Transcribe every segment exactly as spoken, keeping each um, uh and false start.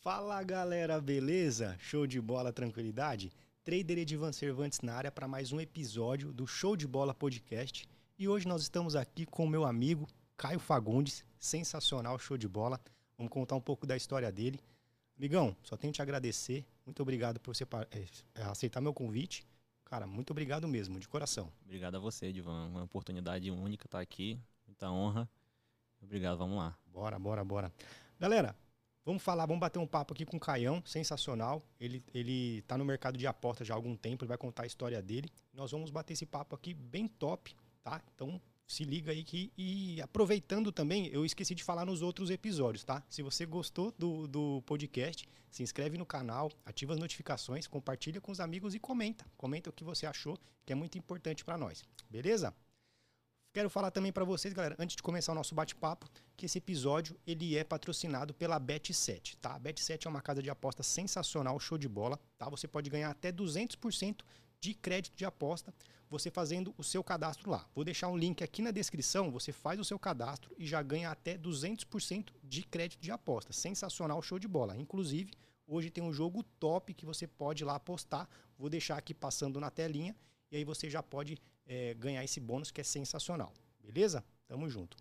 Fala galera, beleza? Show de bola, tranquilidade? Trader Edivan Cervantes na área para mais um episódio do Show de Bola Podcast. E hoje nós estamos aqui com o meu amigo Caio Fagundes, sensacional, show de bola. Vamos contar um pouco da história dele. Amigão, só tenho que te agradecer. Muito obrigado por você é, aceitar meu convite. Cara, muito obrigado mesmo, de coração. Obrigado a você, Edivan. Uma oportunidade única estar aqui. Muita honra. Obrigado, vamos lá. Bora, bora, bora. Galera, vamos falar, vamos bater um papo aqui com o Caião, sensacional. Ele, ele tá no mercado de apostas já há algum tempo, ele vai contar a história dele. Nós vamos bater esse papo aqui bem top, tá? Então se liga aí que... E aproveitando também, eu esqueci de falar nos outros episódios, tá? Se você gostou do, do podcast, se inscreve no canal, ativa as notificações, compartilha com os amigos e comenta. Comenta o que você achou, que é muito importante para nós. Beleza? Quero falar também para vocês, galera, antes de começar o nosso bate-papo, que esse episódio ele é patrocinado pela Bet sete, tá? A Bet sete é uma casa de aposta sensacional, show de bola, tá? Você pode ganhar até duzentos por cento de crédito de aposta você fazendo o seu cadastro lá. Vou deixar um link aqui na descrição, você faz o seu cadastro e já ganha até duzentos por cento de crédito de aposta. Sensacional, show de bola. Inclusive, hoje tem um jogo top que você pode ir lá apostar. Vou deixar aqui passando na telinha e aí você já pode é, ganhar esse bônus que é sensacional. Beleza? Tamo junto.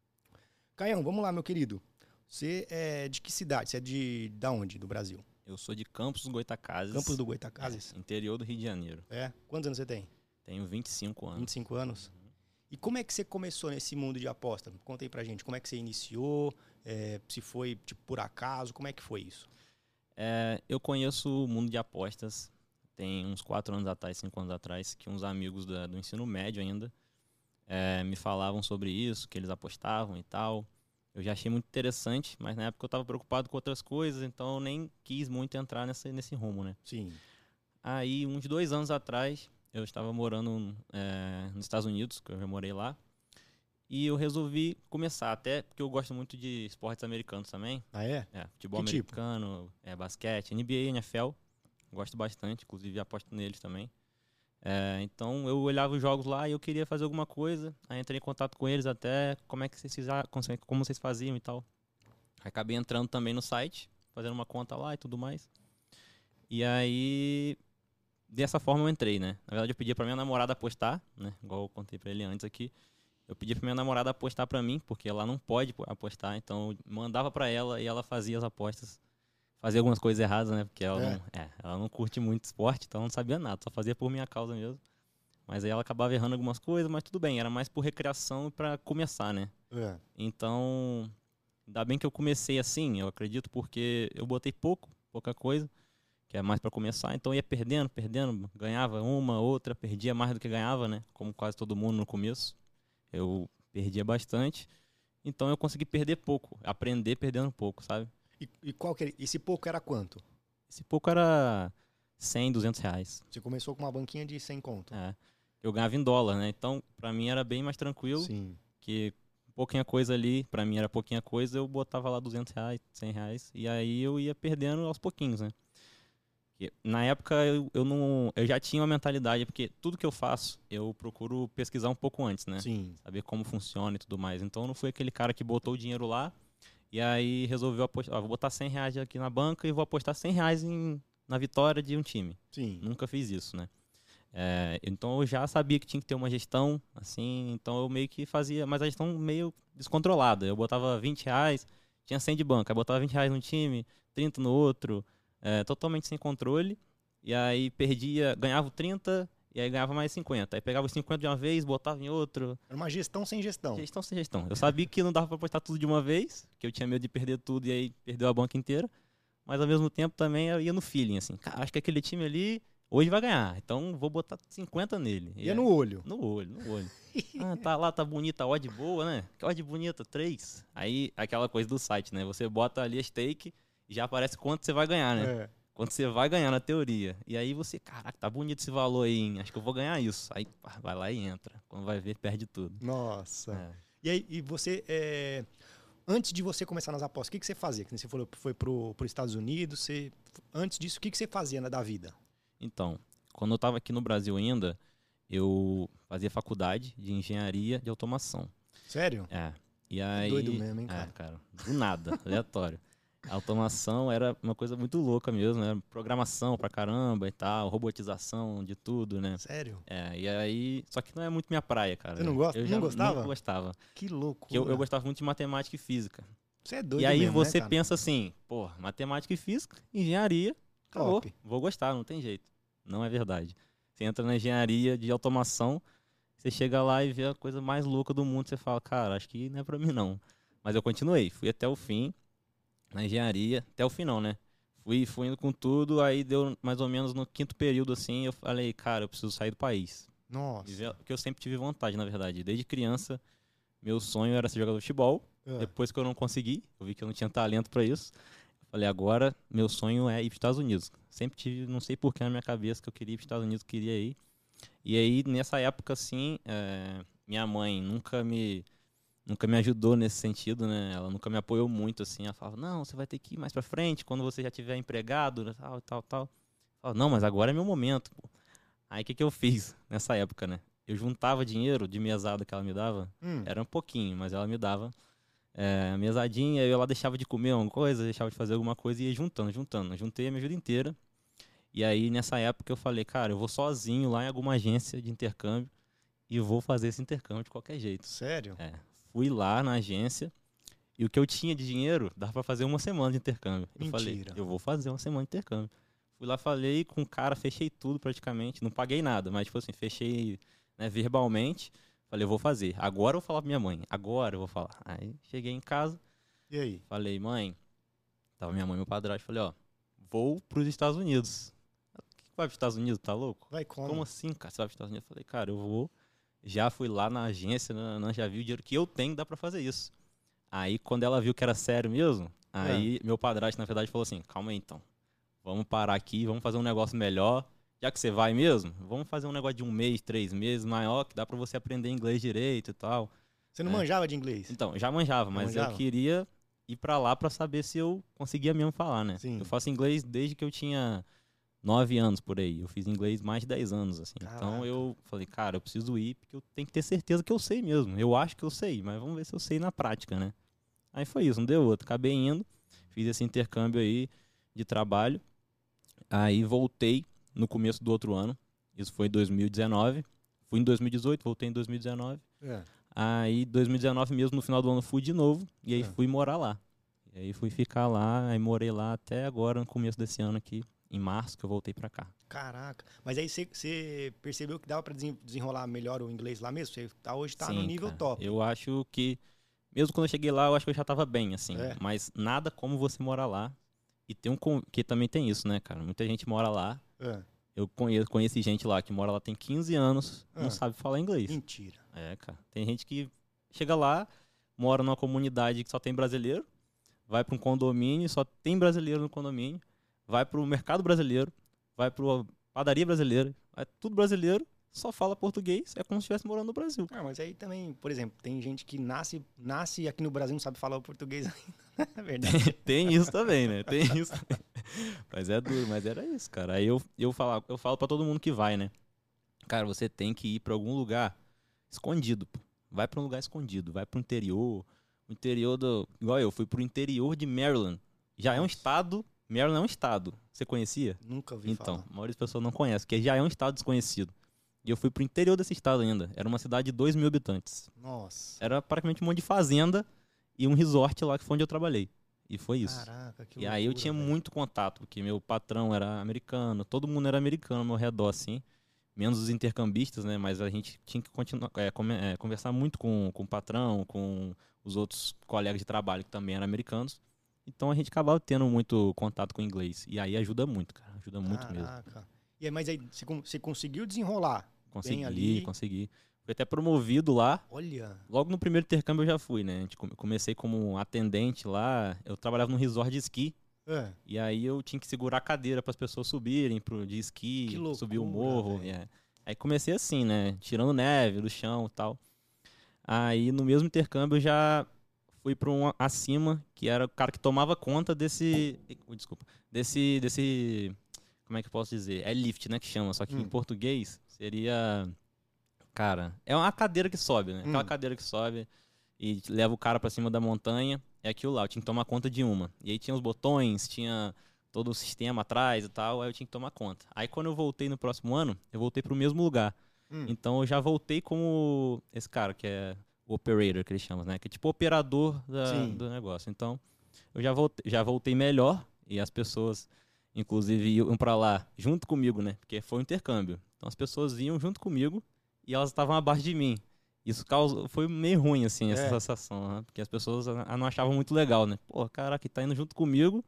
Caião, vamos lá, meu querido. Você é de que cidade? Você é de da onde do Brasil? Eu sou de Campos dos Goytacazes. Campos do Goytacazes? É, interior do Rio de Janeiro. É? Quantos anos você tem? Tenho vinte e cinco anos. vinte e cinco anos? Uhum. E como é que você começou nesse mundo de aposta? Conta aí pra gente, como é que você iniciou? É, se foi tipo, por acaso, como é que foi isso? É, eu conheço o mundo de apostas tem uns quatro anos atrás, cinco anos atrás, que uns amigos da, do ensino médio ainda é, me falavam sobre isso, que eles apostavam e tal. Eu já achei muito interessante, mas na época eu estava preocupado com outras coisas, então eu nem quis muito entrar nessa, nesse rumo, né? Sim. Aí, uns dois anos atrás, eu estava morando é, nos Estados Unidos, que eu já morei lá, e eu resolvi começar, até porque eu gosto muito de esportes americanos também. Ah, é? É, futebol que americano, tipo? é, basquete, N B A, N F L, gosto bastante, inclusive aposto neles também. É, então eu olhava os jogos lá e eu queria fazer alguma coisa, aí entrei em contato com eles até, como é que vocês fizeram, como vocês faziam e tal. Acabei entrando também no site, fazendo uma conta lá e tudo mais. E aí, dessa forma eu entrei, né? Na verdade eu pedi pra minha namorada apostar, né? Igual eu contei pra ele antes aqui. Eu pedi pra minha namorada apostar pra mim, porque ela não pode apostar, então eu mandava pra ela e ela fazia as apostas. Fazia algumas coisas erradas, né? Porque ela, é. Não, é, ela não curte muito esporte, então ela não sabia nada, só fazia por minha causa mesmo. Mas aí ela acabava errando algumas coisas, mas tudo bem, era mais por recreação e pra começar, né? É. Então, ainda bem que eu comecei assim, eu acredito, porque eu botei pouco, pouca coisa, que é mais pra começar, então eu ia perdendo, perdendo, ganhava uma, outra, perdia mais do que ganhava, né? Como quase todo mundo no começo. Eu perdia bastante, então eu consegui perder pouco, aprender perdendo pouco, sabe? E, e qual que era? Esse pouco era quanto? Esse pouco era cem, duzentos reais. Você começou com uma banquinha de cem conto. É. Eu ganhava em dólar, né? Então, pra mim era bem mais tranquilo. Sim. Que pouquinha coisa ali, pra mim era pouquinha coisa, eu botava lá duzentos reais, cem reais. E aí eu ia perdendo aos pouquinhos, né? Porque na época eu, eu, não, eu já tinha uma mentalidade, porque tudo que eu faço, eu procuro pesquisar um pouco antes, né? Sim. Saber como funciona e tudo mais. Então eu não fui aquele cara que botou o dinheiro lá e aí resolveu apostar, ó, vou botar cem reais aqui na banca e vou apostar cem reais em, na vitória de um time. Sim. Nunca fiz isso, né? É, então eu já sabia que tinha que ter uma gestão, assim, então eu meio que fazia, mas a gestão meio descontrolada. Eu botava vinte reais, tinha cem de banca, eu botava vinte reais num time, trinta no outro, é, totalmente sem controle. E aí perdia, ganhava trinta e aí ganhava mais cinquenta. Aí pegava os cinquenta de uma vez, botava em outro. Era uma gestão sem gestão. Gestão sem gestão. Eu sabia que não dava pra apostar tudo de uma vez, que eu tinha medo de perder tudo e aí perdeu a banca inteira. Mas ao mesmo tempo também eu ia no feeling, assim. Cara, acho que aquele time ali hoje vai ganhar, então vou botar cinquenta nele. Ia no olho. No olho, no olho. Ah, tá lá, tá bonita, a odd boa, né? Que odd bonita, três. Aí, aquela coisa do site, né? Você bota ali a stake e já aparece quanto você vai ganhar, né? É. Quanto você vai ganhar na teoria. E aí você, caraca, tá bonito esse valor aí, hein? Acho que eu vou ganhar isso. Aí pá, vai lá e entra. Quando vai ver, perde tudo. Nossa. É. E aí, e você... É... Antes de você começar nas apostas, o que, que você fazia? Que você falou que foi pro, pro Estados Unidos. Você... Antes disso, o que, que você fazia, né, da vida? Então, quando eu estava aqui no Brasil ainda, eu fazia faculdade de engenharia de automação. Sério? É. E aí, doido mesmo, hein, cara? É, cara, do nada, aleatório. A automação era uma coisa muito louca mesmo, né? Programação pra caramba e tal, robotização de tudo, né? Sério? É, e aí... Só que não é muito minha praia, cara. Você não gosta? Eu Não já gostava? nunca gostava. Que louco. Porque eu, eu gostava muito de matemática e física. Você é doido E aí mesmo, você né, cara? pensa assim, pô, matemática e física, engenharia, acabou. Top. Vou gostar, não tem jeito. Não é verdade. Você entra na engenharia de automação, você chega lá e vê a coisa mais louca do mundo, você fala, cara, acho que não é pra mim não. Mas eu continuei, fui até o fim, na engenharia, até o fim não, né? Fui, fui indo com tudo, aí deu mais ou menos no quinto período assim, eu falei, cara, eu preciso sair do país. Nossa. Porque eu sempre tive vontade, na verdade. Desde criança, meu sonho era ser jogador de futebol. É. Depois que eu não consegui, eu vi que eu não tinha talento pra isso. Eu falei, agora meu sonho é ir para os Estados Unidos. Sempre tive, não sei porquê na minha cabeça que eu queria ir para os Estados Unidos, queria ir. E aí, nessa época, assim, é, minha mãe nunca me, nunca me ajudou nesse sentido, né? Ela nunca me apoiou muito, assim. Ela falava, não, você vai ter que ir mais pra frente, quando você já tiver empregado, né, tal, tal, tal. Eu falava, não, mas agora é meu momento, pô. Aí, o que que eu fiz nessa época, né? Eu juntava dinheiro de mesada que ela me dava. Hum. Era um pouquinho, mas ela me dava. É, mesadinha, eu lá deixava de comer alguma coisa, deixava de fazer alguma coisa e ia juntando, juntando. Juntei a minha vida inteira. E aí, nessa época, eu falei, cara, eu vou sozinho lá em alguma agência de intercâmbio e vou fazer esse intercâmbio de qualquer jeito. Sério? É, fui lá na agência e o que eu tinha de dinheiro dava pra fazer uma semana de intercâmbio. Eu falei, Mentira. eu vou fazer uma semana de intercâmbio. Fui lá, falei com o cara, fechei tudo praticamente. Não paguei nada, mas tipo assim, fechei, né, verbalmente. Falei, eu vou fazer. Agora eu vou falar pra minha mãe. Agora eu vou falar. Aí cheguei em casa. E aí? Falei, mãe. Tava minha mãe e meu padrasto. Falei, ó, vou pros Estados Unidos. O que vai pros Estados Unidos? Tá louco? Vai como? Como assim, cara? Você vai pros Estados Unidos? Eu falei, cara, eu vou. Já fui lá na agência, na, na, já vi o dinheiro que eu tenho, dá pra fazer isso. Aí, quando ela viu que era sério mesmo, aí meu padrasto, na verdade, falou assim, calma aí então. Vamos parar aqui, vamos fazer um negócio melhor. Já que você vai mesmo, vamos fazer um negócio de um mês, três meses maior, que dá pra você aprender inglês direito e tal. Você não É. manjava de inglês? Então, já manjava, Já mas manjava? eu queria ir pra lá pra saber se eu conseguia mesmo falar, né? Sim. Eu faço inglês desde que eu tinha nove anos por aí. Eu fiz inglês mais de dez anos, assim. Caraca. Então eu falei, cara, eu preciso ir porque eu tenho que ter certeza que eu sei mesmo. Eu acho que eu sei, mas vamos ver se eu sei na prática, né? Aí foi isso, não deu outro. Acabei indo, fiz esse intercâmbio aí de trabalho. Aí voltei no começo do outro ano. Isso foi em dois mil e dezenove. Fui em dois mil e dezoito, voltei em dois mil e dezenove. É. Aí, dois mil e dezenove mesmo, no final do ano, fui de novo. E aí É. fui morar lá. E aí fui ficar lá, aí morei lá até agora, no começo desse ano aqui, em março, que eu voltei pra cá. Caraca. Mas aí você- você percebeu que dava pra desen- desenrolar melhor o inglês lá mesmo? Você tá, hoje tá no Sim, nível cara, top. eu acho que, mesmo quando eu cheguei lá, eu acho que eu já tava bem, assim. É. Mas nada como você morar lá. E tem um, con- que também tem isso, né, cara? Muita gente mora lá. É. Eu conheço, conheci gente lá que mora lá tem quinze anos, Ah. não sabe falar inglês. Mentira. É, cara. Tem gente que chega lá, mora numa comunidade que só tem brasileiro, vai para um condomínio, só tem brasileiro no condomínio, vai para o mercado brasileiro, vai para a padaria brasileira, é tudo brasileiro, só fala português, é como se estivesse morando no Brasil. Ah, mas aí também, por exemplo, tem gente que nasce, nasce aqui no Brasil e não sabe falar o português ainda. É verdade. Tem isso também, né? Tem isso. Mas é duro, mas era isso, cara. Aí eu, eu, falo, eu falo pra todo mundo que vai, né? Cara, você tem que ir pra algum lugar escondido, pô. Vai pra um lugar escondido, vai pro interior. O interior do. Igual eu, fui pro interior de Maryland. Já é um Nossa. estado. Maryland é um estado. Você conhecia? Nunca ouvi Então, falar. a maioria das pessoas não conhece, porque já é um estado desconhecido. E eu fui pro interior desse estado ainda. Era uma cidade de dois mil habitantes. Nossa. Era praticamente um monte de fazenda e um resort lá que foi onde eu trabalhei. E foi isso. Caraca, que E aí eu loucura, tinha velho. muito contato, porque meu patrão era americano, todo mundo era americano ao meu redor, assim. Menos os intercambistas, né? Mas a gente tinha que continuar, é, come- é, conversar muito com, com o patrão, com os outros colegas de trabalho que também eram americanos. Então a gente acabava tendo muito contato com o inglês. E aí ajuda muito, cara. Ajuda muito mesmo. Caraca. E aí, mas aí você, con- você conseguiu desenrolar? Consegui, ali. consegui. Fui até promovido lá. Olha. Logo no primeiro intercâmbio eu já fui, né? A gente come- comecei como atendente lá. Eu trabalhava num resort de esqui. É. E aí eu tinha que segurar a cadeira para as pessoas subirem pro, de esqui, Que loucura, subir o morro. velho. é. Aí comecei assim, né? Tirando neve do chão e tal. Aí no mesmo intercâmbio eu já fui para um acima, que era o cara que tomava conta desse. Ui, Desculpa. Desse. desse como é que eu posso dizer? É lift, né? Que chama. Só que Hum. em português seria. Cara, é uma cadeira que sobe, né? Aquela Hum. cadeira que sobe e leva o cara para cima da montanha. é aquilo lá, eu tinha que tomar conta de uma. E aí tinha os botões, tinha todo o sistema atrás e tal, aí eu tinha que tomar conta. Aí quando eu voltei no próximo ano, eu voltei pro mesmo lugar. Hum. Então eu já voltei como esse cara, que é o operator, que eles chamam, né? Que é tipo o operador da, do negócio. Então eu já voltei, já voltei melhor e as pessoas, inclusive, iam pra lá junto comigo, né? Porque foi um intercâmbio. Então as pessoas iam junto comigo e elas estavam abaixo de mim. Isso causou, foi meio ruim, assim, essa é. sensação, né? Porque as pessoas não achavam muito legal, né? Pô, caraca, tá indo junto comigo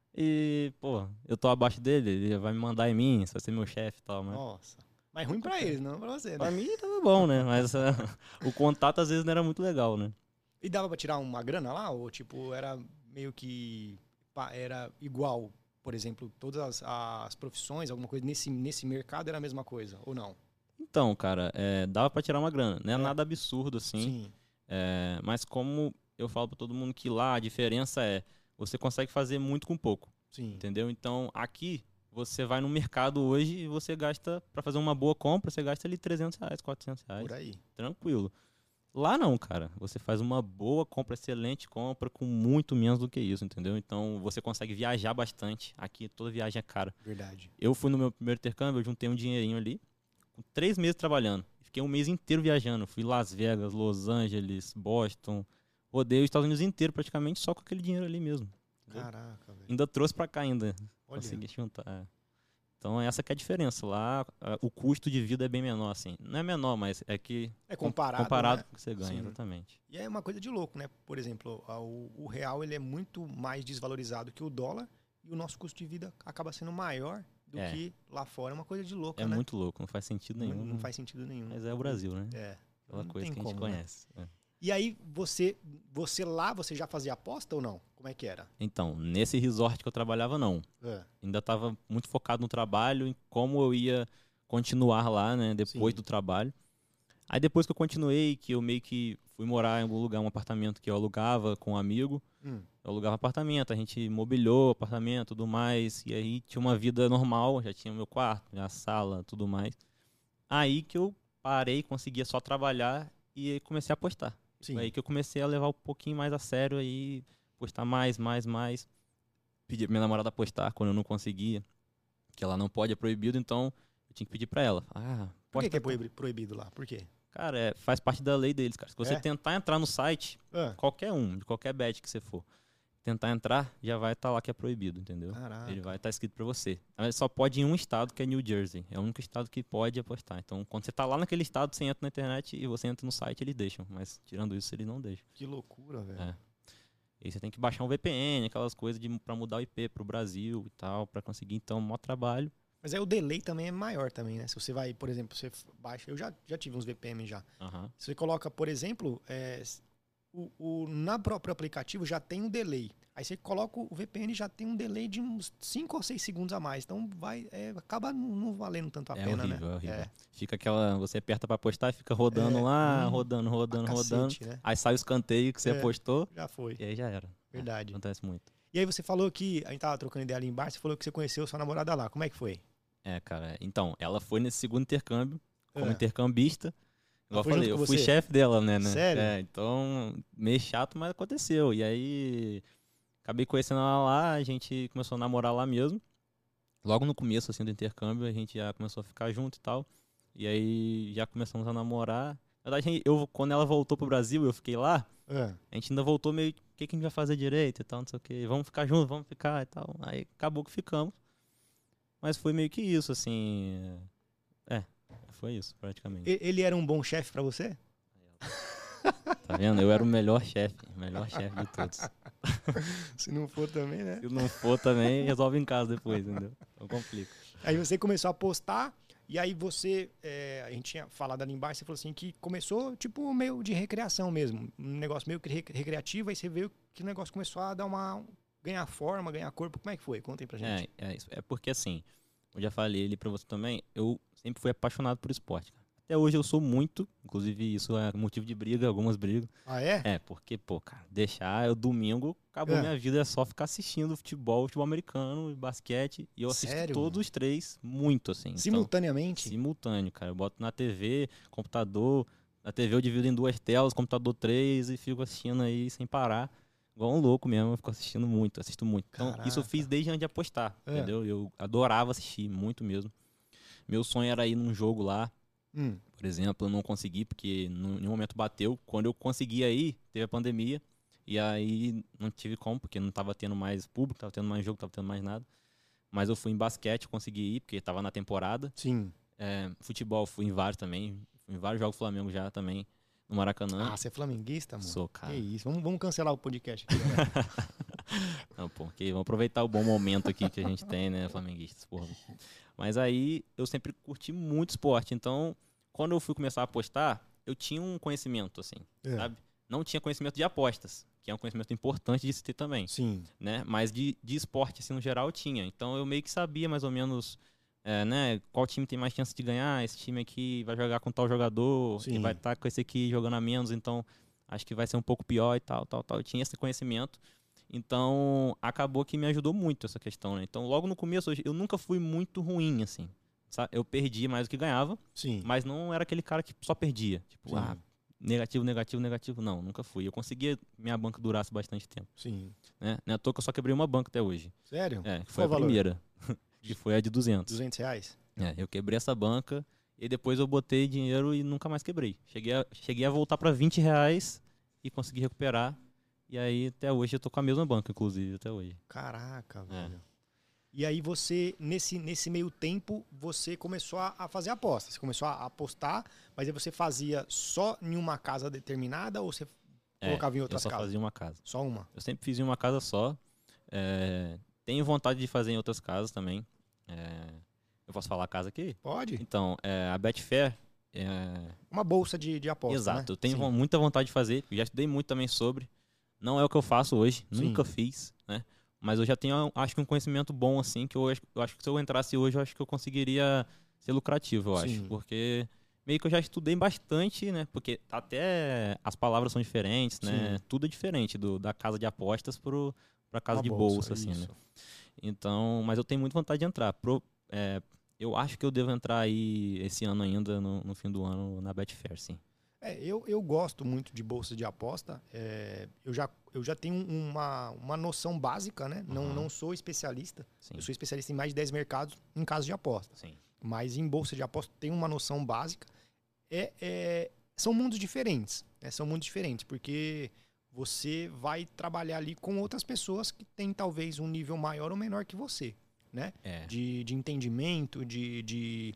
e, pô, eu tô abaixo dele, ele vai me mandar em mim, você vai ser meu chefe e tal, mas... Nossa, mas ruim pra eles, não pra você, né? Pra mim tava bom, né? Mas uh, o contato às vezes não era muito legal, né? E dava pra tirar uma grana lá? Ou, tipo, era meio que... Era igual, por exemplo, todas as, as profissões, alguma coisa nesse, nesse mercado era a mesma coisa, ou não? Então, cara, é, dava pra tirar uma grana. Não é, é. nada absurdo, assim. Sim. É, mas como eu falo pra todo mundo que lá a diferença é você consegue fazer muito com pouco. Sim. Entendeu? Então, aqui, você vai no mercado hoje e você gasta, pra fazer uma boa compra, você gasta ali trezentos reais, quatrocentos reais. Por aí. Tranquilo. Lá não, cara. Você faz uma boa compra, excelente compra, com muito menos do que isso, entendeu? Então, você consegue viajar bastante. Aqui, toda viagem é cara. Verdade. Eu fui no meu primeiro intercâmbio, eu juntei um dinheirinho ali. Com três meses trabalhando. Fiquei um mês inteiro viajando. Fui Las Vegas, Los Angeles, Boston. Rodei os Estados Unidos inteiro praticamente só com aquele dinheiro ali mesmo. Entendeu? Caraca, velho. Ainda trouxe pra cá ainda. Olha. Consegui juntar. É. Então essa que é a diferença. Lá o custo de vida é bem menor, assim. Não é menor, mas é que... É comparado, comparado né? com o que você ganha, Sim. exatamente. E é uma coisa de louco, né? Por exemplo, o, o real ele é muito mais desvalorizado que o dólar e o nosso custo de vida acaba sendo maior do é. que lá fora. É uma coisa de louco, é né? É muito louco, não faz sentido nenhum. Não, não faz sentido nenhum. Mas é o Brasil, né? É. Aquela coisa que a gente como, conhece. Né? É. E aí, você, você lá, você já fazia aposta ou não? Como é que era? Então, nesse resort que eu trabalhava, não. É. Ainda estava muito focado no trabalho, em como eu ia continuar lá, né? Depois Sim. do trabalho. Aí depois que eu continuei, que eu meio que fui morar em algum lugar, um apartamento que eu alugava com um amigo. Hum. Eu alugava apartamento, a gente mobiliou o apartamento, tudo mais. E aí tinha uma vida normal, já tinha o meu quarto, minha sala, tudo mais. Aí que eu parei, conseguia só trabalhar e comecei a apostar. Sim. Foi aí que eu comecei a levar um pouquinho mais a sério, aí apostar mais, mais, mais. Pedi pra minha namorada apostar quando eu não conseguia, que ela não pode, é proibido, então eu tinha que pedir pra ela. Ah, Por que, que é proibido lá? Por quê? Cara, é, faz parte da lei deles, cara. Se você é? tentar entrar no site, é. qualquer um, de qualquer bet que você for, tentar entrar, já vai estar tá lá que é proibido, entendeu? Caraca. Ele vai estar tá escrito pra você. Mas só pode em um estado, que é New Jersey. É o único estado que pode apostar. Então, quando você tá lá naquele estado, você entra na internet e você entra no site, eles deixam. Mas, tirando isso, eles não deixam. Que loucura, velho. É. E aí você tem que baixar um V P N, aquelas coisas de, pra mudar o I P pro Brasil e tal, pra conseguir, então, maior trabalho. Mas aí o delay também é maior também, né? Se você vai, por exemplo, você baixa... Eu já, já tive uns V P N já. Uhum. Se você coloca, por exemplo... É, O, o, na próprio aplicativo já tem um delay. Aí você coloca o V P N já tem um delay de uns cinco ou seis segundos a mais. Então vai, é, acaba não, não valendo tanto a é pena, horrível, né? É horrível, é. Fica aquela... Você aperta pra apostar e fica rodando é, lá, hum, rodando, rodando, rodando. Cacete, né? Aí sai o escanteio que você é, apostou. Já foi. E aí já era. Verdade. É, acontece muito. E aí você falou que... A gente tava trocando ideia ali embaixo. Você falou que você conheceu sua namorada lá. Como é que foi? É, cara. Então, ela foi nesse segundo intercâmbio como é. intercambista. Igual eu falei, eu você? fui chefe dela, né, né? Sério? É, então, meio chato, mas aconteceu. E aí, acabei conhecendo ela lá, a gente começou a namorar lá mesmo. Logo no começo, assim, do intercâmbio, a gente já começou a ficar junto e tal. E aí, já começamos a namorar. Na verdade, eu, quando ela voltou pro Brasil, eu fiquei lá. É. A gente ainda voltou meio, o que, que a gente vai fazer direito e tal, não sei o quê. Vamos ficar juntos, vamos ficar e tal. Aí, acabou que ficamos. Mas foi meio que isso, assim... É. Foi isso, praticamente. Ele era um bom chefe pra você? Tá vendo? Eu era o melhor chefe. O melhor chefe de todos. Se não for também, né? Se não for também, resolve em casa depois, entendeu? Não complica. Aí você começou a postar, e aí você... É, a gente tinha falado ali embaixo, você falou assim, que começou tipo meio de recreação mesmo. Um negócio meio recreativo, aí você viu que o negócio começou a dar uma... ganhar forma, ganhar corpo. Como é que foi? Conta aí pra gente. É, é, isso. É porque assim, eu já falei ali pra você também, eu... sempre fui apaixonado por esporte, cara. Até hoje eu sou muito, inclusive isso é motivo de briga, algumas brigas. Ah, é? É, porque, pô, cara, deixar eu domingo, acabou é. minha vida, é só ficar assistindo futebol, futebol americano, basquete, e eu assisto Sério, todos mano? os três, muito, assim. Simultaneamente? Então, simultâneo, cara. Eu boto na T V, computador, na T V eu divido em duas telas, computador três, e fico assistindo aí sem parar. igual um louco mesmo, eu fico assistindo muito, assisto muito. Então, Caraca. isso eu fiz desde antes de apostar, É. entendeu? Eu adorava assistir, muito mesmo. Meu sonho era ir num jogo lá, Hum. por exemplo, eu não consegui, porque em nenhum momento bateu. Quando eu conseguia ir, teve a pandemia, e aí não tive como, porque não tava tendo mais público, tava tendo mais jogo, tava tendo mais nada. Mas eu fui em basquete, consegui ir, porque tava na temporada. Sim. É, futebol, fui em vários também, fui em vários jogos do Flamengo já também, no Maracanã. Ah, você é flamenguista, mano? Sou, cara. Que isso. Vamos, vamos cancelar o podcast aqui, galera. Não, pô, ok, vamos aproveitar o bom momento aqui que a gente tem, né, flamenguistas, porra. Mas aí eu sempre curti muito esporte, então quando eu fui começar a apostar, eu tinha um conhecimento, assim, É. sabe? Não tinha conhecimento de apostas, que é um conhecimento importante de se ter também, Sim. né? Mas de, de esporte, assim, no geral, eu tinha. Então eu meio que sabia mais ou menos, é, né, qual time tem mais chance de ganhar, esse time aqui vai jogar com tal jogador, Sim. e vai estar com esse aqui jogando a menos, então acho que vai ser um pouco pior e tal, tal, tal. Eu tinha esse conhecimento. Então, acabou que me ajudou muito essa questão, né? Então, logo no começo, eu nunca fui muito ruim, assim. Sabe? Eu perdia mais do que ganhava, Sim. mas não era aquele cara que só perdia. Tipo, Sim. ah, negativo, negativo, negativo. Não, nunca fui. Eu conseguia que minha banca durasse bastante tempo. Sim. Né? Não é à toa que eu só quebrei uma banca até hoje. Sério? É, que Qual foi a o valor? primeira. Que foi a de duzentos. duzentos reais? É, eu quebrei essa banca e depois eu botei dinheiro e nunca mais quebrei. Cheguei a, cheguei a voltar para vinte reais e consegui recuperar. E aí, até hoje, eu tô com a mesma banca, inclusive, até hoje. Caraca, É. velho. E aí você, nesse, nesse meio tempo, você começou a, a fazer apostas. Você começou a apostar, mas aí você fazia só em uma casa determinada ou você colocava em eu outras só casas? fazia uma casa. Só uma? Eu sempre fiz em uma casa só. É, tenho vontade de fazer em outras casas também. É, eu posso falar a casa aqui? Pode? Então, é, a Betfair... É, Uma bolsa de, de aposta, exato, né? eu tenho Sim. muita vontade de fazer. Já estudei muito também sobre. Não é o que eu faço hoje, Sim. nunca fiz, né? Mas eu já tenho, acho que um conhecimento bom, assim, que eu, acho- eu acho que se eu entrasse hoje, eu acho que eu conseguiria ser lucrativo, eu Sim. acho. Porque meio que eu já estudei bastante, né? Porque até as palavras são diferentes, né? Sim. Tudo é diferente do, da casa de apostas pro, pra casa Uma de bolsa, assim, né? isso. Então, mas eu tenho muita vontade de entrar. Pro, é, eu acho que eu devo entrar aí esse ano ainda, no, no fim do ano, na Betfair, sim. É, eu, eu gosto muito de bolsa de aposta. É, eu, já, eu já tenho uma, uma noção básica, né? Não, Uhum. não sou especialista. Sim, Eu sou especialista em mais de dez mercados em casos de aposta. sim. Mas em bolsa de aposta tenho uma noção básica. É, é, são mundos diferentes. Né? São mundos diferentes, porque você vai trabalhar ali com outras pessoas que têm talvez um nível maior ou menor que você. Né? É. De, de entendimento, de, de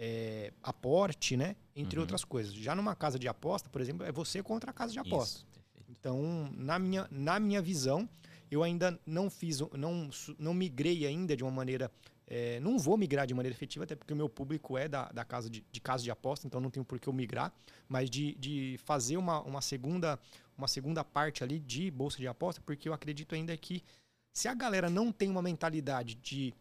é, aporte, né? Entre Uhum. outras coisas. Já numa casa de aposta, por exemplo, é você contra a casa de aposta. Isso, perfeito. Então, na minha, na minha visão, eu ainda não fiz, não, su- não migrei ainda de uma maneira. é, não vou migrar de maneira efetiva, até porque o meu público é da, da casa de, de casa de aposta, então não tenho por que eu migrar. Mas de, de fazer uma, uma, segunda, uma segunda parte ali de bolsa de aposta, porque eu acredito ainda que se a galera não tem uma mentalidade de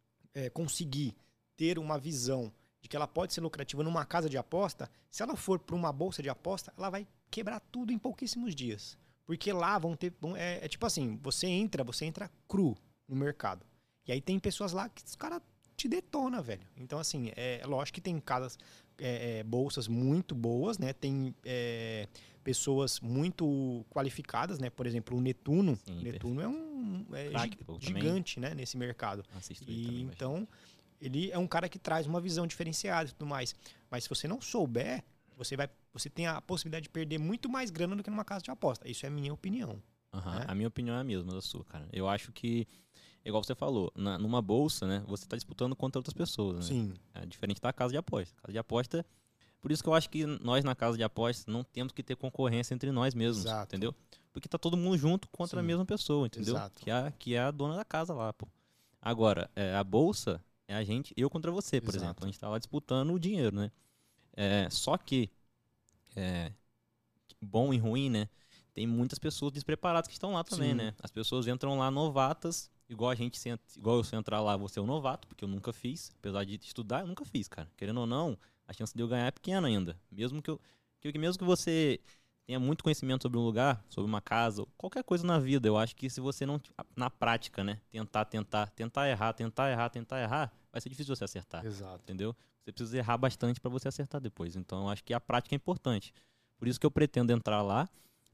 é, conseguir ter uma visão de que ela pode ser lucrativa numa casa de aposta, se ela for para uma bolsa de aposta, ela vai quebrar tudo em pouquíssimos dias. Porque lá vão ter... vão- é, é tipo assim, você entra, você entra cru no mercado. E aí tem pessoas lá que os caras te detonam, velho. Então, assim, é lógico que tem casas, é, é, bolsas muito boas, né? Tem é, pessoas muito qualificadas, né? Por exemplo, o Netuno. Sim, O Netuno é um é Craque, gi- pô, também. gigante, né? Nesse mercado. Assisto ele E também então, ele é um cara que traz uma visão diferenciada e tudo mais. Mas se você não souber, você vai, você tem a possibilidade de perder muito mais grana do que numa casa de aposta. Isso é a minha opinião. Aham, né? A minha opinião é a mesma da sua, cara. Eu acho que, igual você falou, na- numa bolsa, né, você está disputando contra outras pessoas, né? Sim, É diferente da casa de aposta. Casa de aposta, por isso que eu acho que nós na casa de apostas não temos que ter concorrência entre nós mesmos, Exato. entendeu? Porque tá todo mundo junto contra a Sim, mesma pessoa, entendeu? exato. Que é, a- que é a dona da casa lá, pô. Agora, é, a bolsa é a gente, eu contra você, por Exato. exemplo. A gente tá lá disputando o dinheiro, né? É, só que, é, bom e ruim, né? Tem muitas pessoas despreparadas que estão lá também, Sim. né? As pessoas entram lá novatas, igual a gente, se ent- igual eu se entrar lá, você é um novato, porque eu nunca fiz. Apesar de estudar, eu nunca fiz, cara. Querendo ou não, a chance de eu ganhar é pequena ainda. Mesmo que eu, que, mesmo que você tenha muito conhecimento sobre um lugar, sobre uma casa, ou qualquer coisa na vida, eu acho que se você não, na prática, né, tentar, tentar, tentar errar, tentar errar, tentar errar, vai ser difícil você acertar. Exato. Entendeu? Você precisa errar bastante para você acertar depois. Então, eu acho que a prática é importante. Por isso que eu pretendo entrar lá,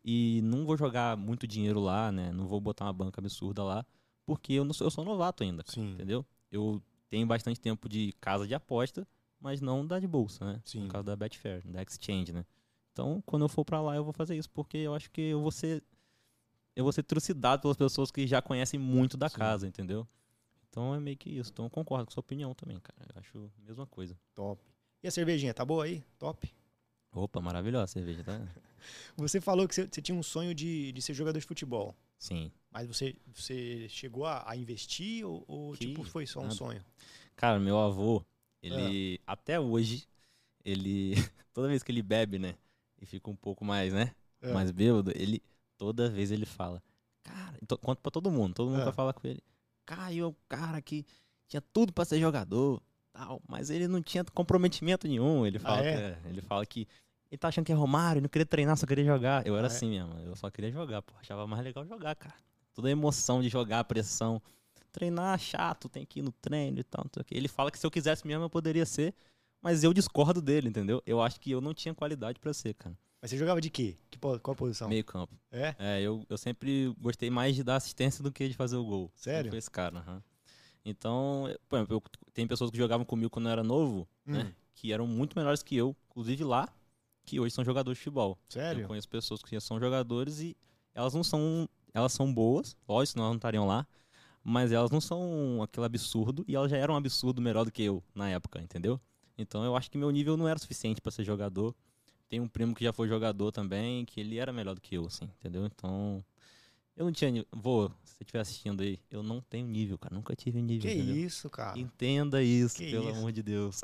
e não vou jogar muito dinheiro lá, né? Não vou botar uma banca absurda lá, porque eu, não sou, eu sou novato ainda, cara, Sim. entendeu? Eu tenho bastante tempo de casa de aposta, mas não da de bolsa, né? Sim. No caso da Betfair, da Exchange, né? Então, quando eu for pra lá, eu vou fazer isso, porque eu acho que eu vou ser, eu vou ser trucidado pelas pessoas que já conhecem muito da Sim. casa, entendeu? Então é meio que isso. Então eu concordo com a sua opinião também, cara. Eu acho a mesma coisa. Top. E a cervejinha, tá boa aí? Top. Opa, maravilhosa a cerveja, tá? Você falou que você, você tinha um sonho de, de ser jogador de futebol. Sim. Mas você, você chegou a, a investir ou, ou Que tipo, foi só um nada. sonho? Cara, meu avô, ele, até hoje, ele, toda vez que ele bebe, né, e fica um pouco mais, né, É. mais bêbado, ele, toda vez ele fala, cara, to- conta pra todo mundo, todo mundo É. vai falar com ele, Caio é o cara que tinha tudo pra ser jogador, tal, mas ele não tinha comprometimento nenhum, ele fala, Ah, é? que, é, ele fala que ele tá achando que é Romário, não queria treinar, só queria jogar. Eu era Ah, é? assim mesmo, eu só queria jogar, pô, achava mais legal jogar, cara. Toda a emoção de jogar, a pressão. Treinar chato, tem que ir no treino e tal, não sei o quê. Ele fala que se eu quisesse mesmo eu poderia ser, mas eu discordo dele, entendeu? Eu acho que eu não tinha qualidade pra ser, cara. Mas você jogava de quê? Que, po- qual posição? Meio campo. É? É, eu, eu sempre gostei mais de dar assistência do que de fazer o gol. Sério? Sempre fui esse cara, aham. Então, eu- por exemplo, eu, tem pessoas que jogavam comigo quando eu era novo, Hum. né? Que eram muito melhores que eu, inclusive lá, que hoje são jogadores de futebol. Sério? Eu conheço pessoas que são jogadores e elas não são. Elas são boas, lógico, senão elas não estariam lá. Mas elas não são aquele absurdo e elas já eram um absurdo melhor do que eu na época, entendeu? Então eu acho que meu nível não era suficiente pra ser jogador. Tem um primo que já foi jogador também, que ele era melhor do que eu, assim, entendeu? Então, eu não tinha nível. Vô, se você estiver assistindo aí, eu não tenho nível, cara. Nunca tive nível, Que entendeu? isso, cara? Entenda isso, Que pelo isso? amor de Deus.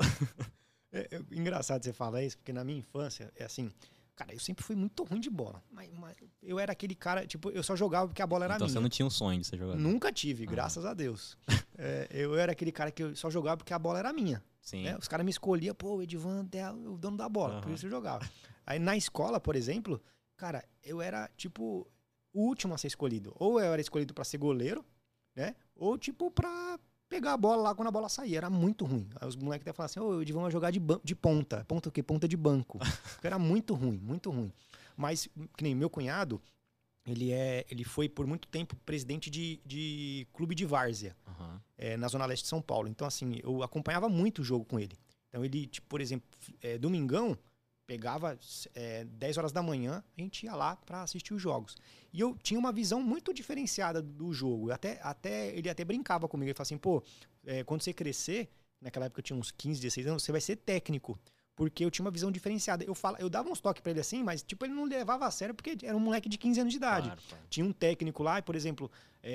É, é engraçado você falar isso, porque na minha infância, é assim, cara, eu sempre fui muito ruim de bola. Mas, mas eu era aquele cara, tipo, eu só jogava porque a bola era Então minha. você não tinha um sonho de ser jogador. Nunca tive, Ah. graças a Deus. É, eu era aquele cara que eu só jogava porque a bola era minha. Sim. Né? Os caras me escolhiam, pô, o Edivan é o dono da bola, por Aham. isso eu jogava. Aí na escola, por exemplo, cara, eu era, tipo, o último a ser escolhido. Ou eu era escolhido pra ser goleiro, né? Ou, tipo, pra pegar a bola lá quando a bola saía. Era muito ruim. Aí os moleques até falavam assim, ô, o Edivan vai jogar de, ban- de ponta. Ponta o quê? Ponta de banco. Porque era muito ruim, muito ruim. Mas, que nem meu cunhado, ele, é, ele foi por muito tempo presidente de, de clube de várzea, Aham. é, na Zona Leste de São Paulo. Então, assim, eu acompanhava muito o jogo com ele. Então, ele, tipo, por exemplo, é, domingão, pegava é, dez horas da manhã, a gente ia lá pra assistir os jogos. E eu tinha uma visão muito diferenciada do jogo. Eu até, até, ele até brincava comigo. Ele falava assim, pô, é, quando você crescer, naquela época eu tinha uns quinze, dezesseis anos, você vai ser técnico. Porque eu tinha uma visão diferenciada. Eu, fala, eu dava uns toques pra ele assim, mas tipo, ele não levava a sério porque era um moleque de quinze anos de idade. Claro, claro. Tinha um técnico lá, e, por exemplo,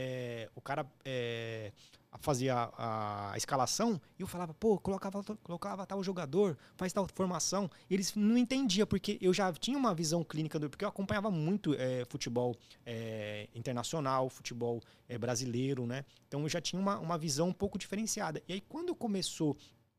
é, o cara é, fazia a, a escalação e eu falava, pô, colocava, colocava tal jogador, faz tal formação. E eles não entendiam, porque eu já tinha uma visão clínica, do, porque eu acompanhava muito é, futebol é, internacional, futebol é, brasileiro, né? Então eu já tinha uma, uma visão um pouco diferenciada. E aí, quando começou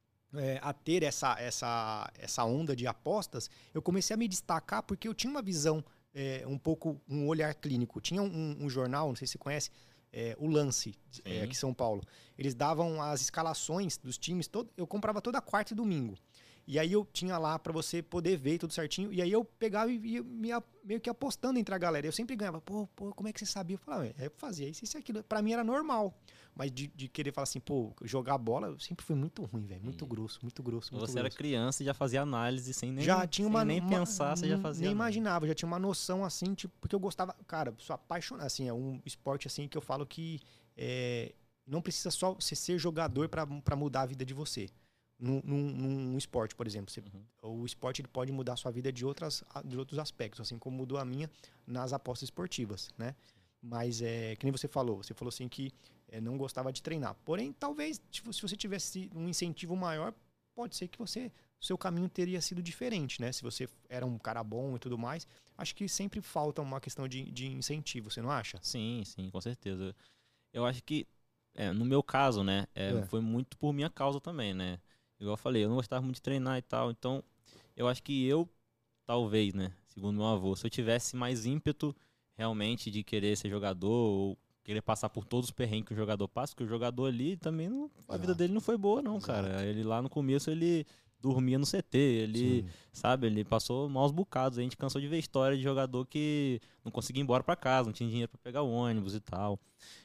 É, a ter essa, essa, essa onda de apostas, eu comecei a me destacar porque eu tinha uma visão, é, um pouco, um olhar clínico. Tinha um, um jornal, não sei se você conhece, é, o Lance, é, aqui em São Paulo. Eles davam as escalações dos times, todo, eu comprava toda quarta e domingo. E aí eu tinha lá pra você poder ver tudo certinho. E aí eu pegava e ia me, meio que apostando entre a galera. Eu sempre ganhava, pô, pô, como é que você sabia? Eu falava, é, eu fazia isso, isso e aquilo. Pra mim era normal. Mas de, de querer falar assim, pô, jogar bola, eu sempre fui muito ruim, velho. Muito E grosso, muito grosso, muito Você grosso. era criança e já fazia análise sem nem, Já tinha uma, sem nem uma- pensar, você já n- fazia. Nem análise. imaginava, já tinha uma noção assim, tipo, porque eu gostava, cara, sou apaixonado, assim, é um esporte assim que eu falo que é, não precisa só você ser jogador pra pra mudar a vida de você. Num, num- num esporte, por exemplo, você- Uhum. o esporte ele pode mudar a sua vida de, outras, de outros aspectos, assim como mudou a minha nas apostas esportivas, né? Mas é que nem você falou, você falou assim que é, não gostava de treinar. Porém, talvez tipo, se você tivesse um incentivo maior, pode ser que você seu caminho teria sido diferente, né? Se você era um cara bom e tudo mais, acho que sempre falta uma questão de, de incentivo, você não acha? Sim, sim, com certeza. Eu acho que, é, no meu caso, né, é, É. foi muito por minha causa também, né? Igual eu falei, eu não gostava muito de treinar e tal, então eu acho que eu, talvez, né, segundo meu avô, se eu tivesse mais ímpeto realmente de querer ser jogador ou querer passar por todos os perrengues que o jogador passa, porque o jogador ali também, não, a vida Exato. dele não foi boa não, Exato. cara. Ele lá no começo, ele dormia no C T, ele, Sim. sabe, ele passou maus bocados. A gente cansou de ver história de jogador que não conseguia ir embora para casa, não tinha dinheiro para pegar o ônibus e tal.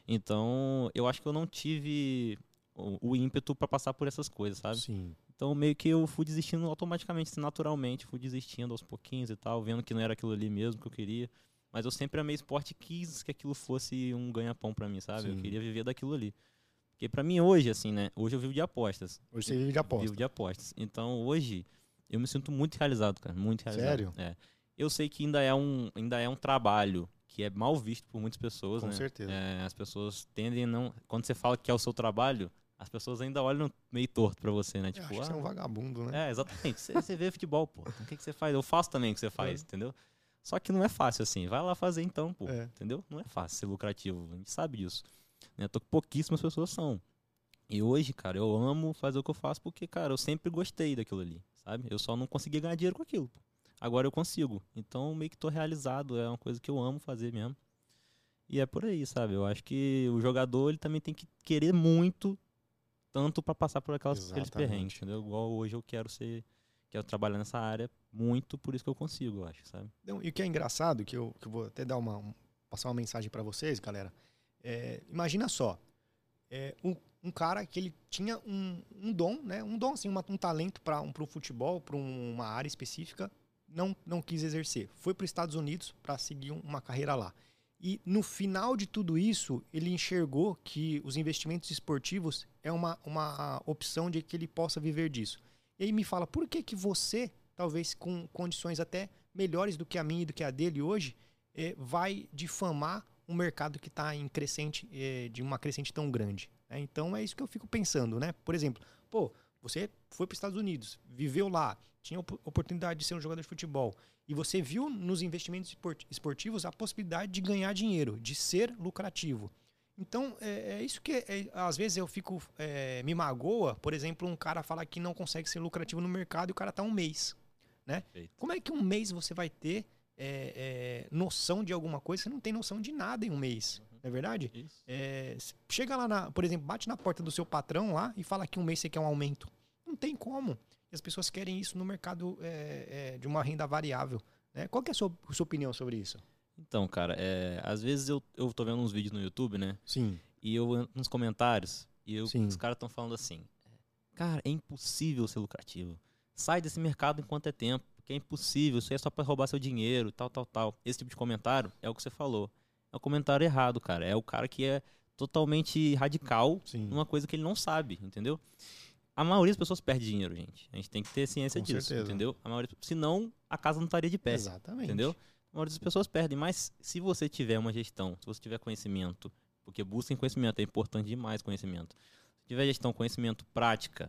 Então, eu acho que eu não tive o, o ímpeto para passar por essas coisas, sabe? Sim. Então, meio que eu fui desistindo automaticamente, assim, naturalmente, fui desistindo aos pouquinhos e tal, vendo que não era aquilo ali mesmo que eu queria. Mas eu sempre amei esporte e quis que aquilo fosse um ganha-pão pra mim, sabe? Sim. Eu queria viver daquilo ali. Porque pra mim hoje, assim, né? Hoje eu vivo de apostas. Hoje você vive de aposta. Vivo de apostas. Então hoje eu me sinto muito realizado, cara. Muito realizado. Sério? É. Eu sei que ainda é um, ainda é um trabalho que é mal visto por muitas pessoas, Com né? certeza. É, as pessoas tendem a não... Quando você fala que é o seu trabalho, as pessoas ainda olham meio torto pra você, né? Eu Tipo, acho que ah, você é um vagabundo, né? é, exatamente. Você, você vê futebol, pô. Então, o que, que você faz? Eu faço também o que você faz, É. entendeu? Só que não é fácil assim. Vai lá fazer então, pô. É. Entendeu? Não é fácil ser lucrativo. A gente sabe disso. Né? Tô, pouquíssimas pessoas são. E hoje, cara, eu amo fazer o que eu faço porque, cara, eu sempre gostei daquilo ali, sabe? Eu só não conseguia ganhar dinheiro com aquilo, pô. Agora eu consigo. Então, meio que tô realizado. É uma coisa que eu amo fazer mesmo. E é por aí, sabe? Eu acho que o jogador, ele também tem que querer muito, tanto pra passar por aquelas, aqueles Exatamente. perrengues, entendeu? Igual hoje eu quero ser... Quero trabalhar nessa área muito, por isso que eu consigo, eu acho, sabe? Então, e o que é engraçado, que eu, que eu vou até dar uma, um- passar uma mensagem pra vocês, galera. É, imagina só, é, um, um cara que ele tinha um, um dom, né? Um dom, assim, uma- um talento para um, pro futebol, para uma área específica, não, não quis exercer. Foi para os Estados Unidos para seguir um- uma carreira lá. E no final de tudo isso, ele enxergou que os investimentos esportivos é uma, uma opção de que ele possa viver disso. E aí me fala, por que que você, talvez com condições até melhores do que a minha e do que a dele hoje, eh, vai difamar um mercado que está em crescente, eh, de uma crescente tão grande? Né? Então é isso que eu fico pensando, né? Por exemplo, pô, você foi para os Estados Unidos, viveu lá, tinha op- oportunidade de ser um jogador de futebol, e você viu nos investimentos esport- esportivos a possibilidade de ganhar dinheiro, de ser lucrativo. Então, é, é isso que é, às vezes eu fico, é, me magoa, por exemplo, um cara falar que não consegue ser lucrativo no mercado e o cara tá um mês, né? Perfeito. Como é que um mês você vai ter é, é, noção de alguma coisa? Você não tem noção de nada em um mês, não é verdade? Isso. É, s- chega lá, na, por exemplo, bate na porta do seu patrão lá e fala que um mês você quer um aumento. Não tem como. E as pessoas querem isso no mercado é, é, de uma renda variável, né? Qual que é a sua, a sua opinião sobre isso? Então, cara, é, às vezes eu, eu tô vendo uns vídeos no YouTube, né? Sim, E eu entro nos comentários e eu- Sim. os caras estão falando assim: cara, é impossível ser lucrativo. Sai desse mercado enquanto é tempo, porque é impossível, isso aí é só pra roubar seu dinheiro, tal, tal, tal. Esse tipo de comentário é o que você falou. É o comentário errado, cara. É o cara que é totalmente radical sim. numa coisa que ele não sabe, entendeu? A maioria das pessoas perde dinheiro, gente. A gente tem que ter ciência Com disso, certeza. entendeu? A maioria, senão a casa não estaria de pé. Exatamente. Entendeu? A maioria das pessoas perdem, mas se você tiver uma gestão, se você tiver conhecimento, porque busquem conhecimento, é importante demais conhecimento. Se tiver gestão, conhecimento, prática,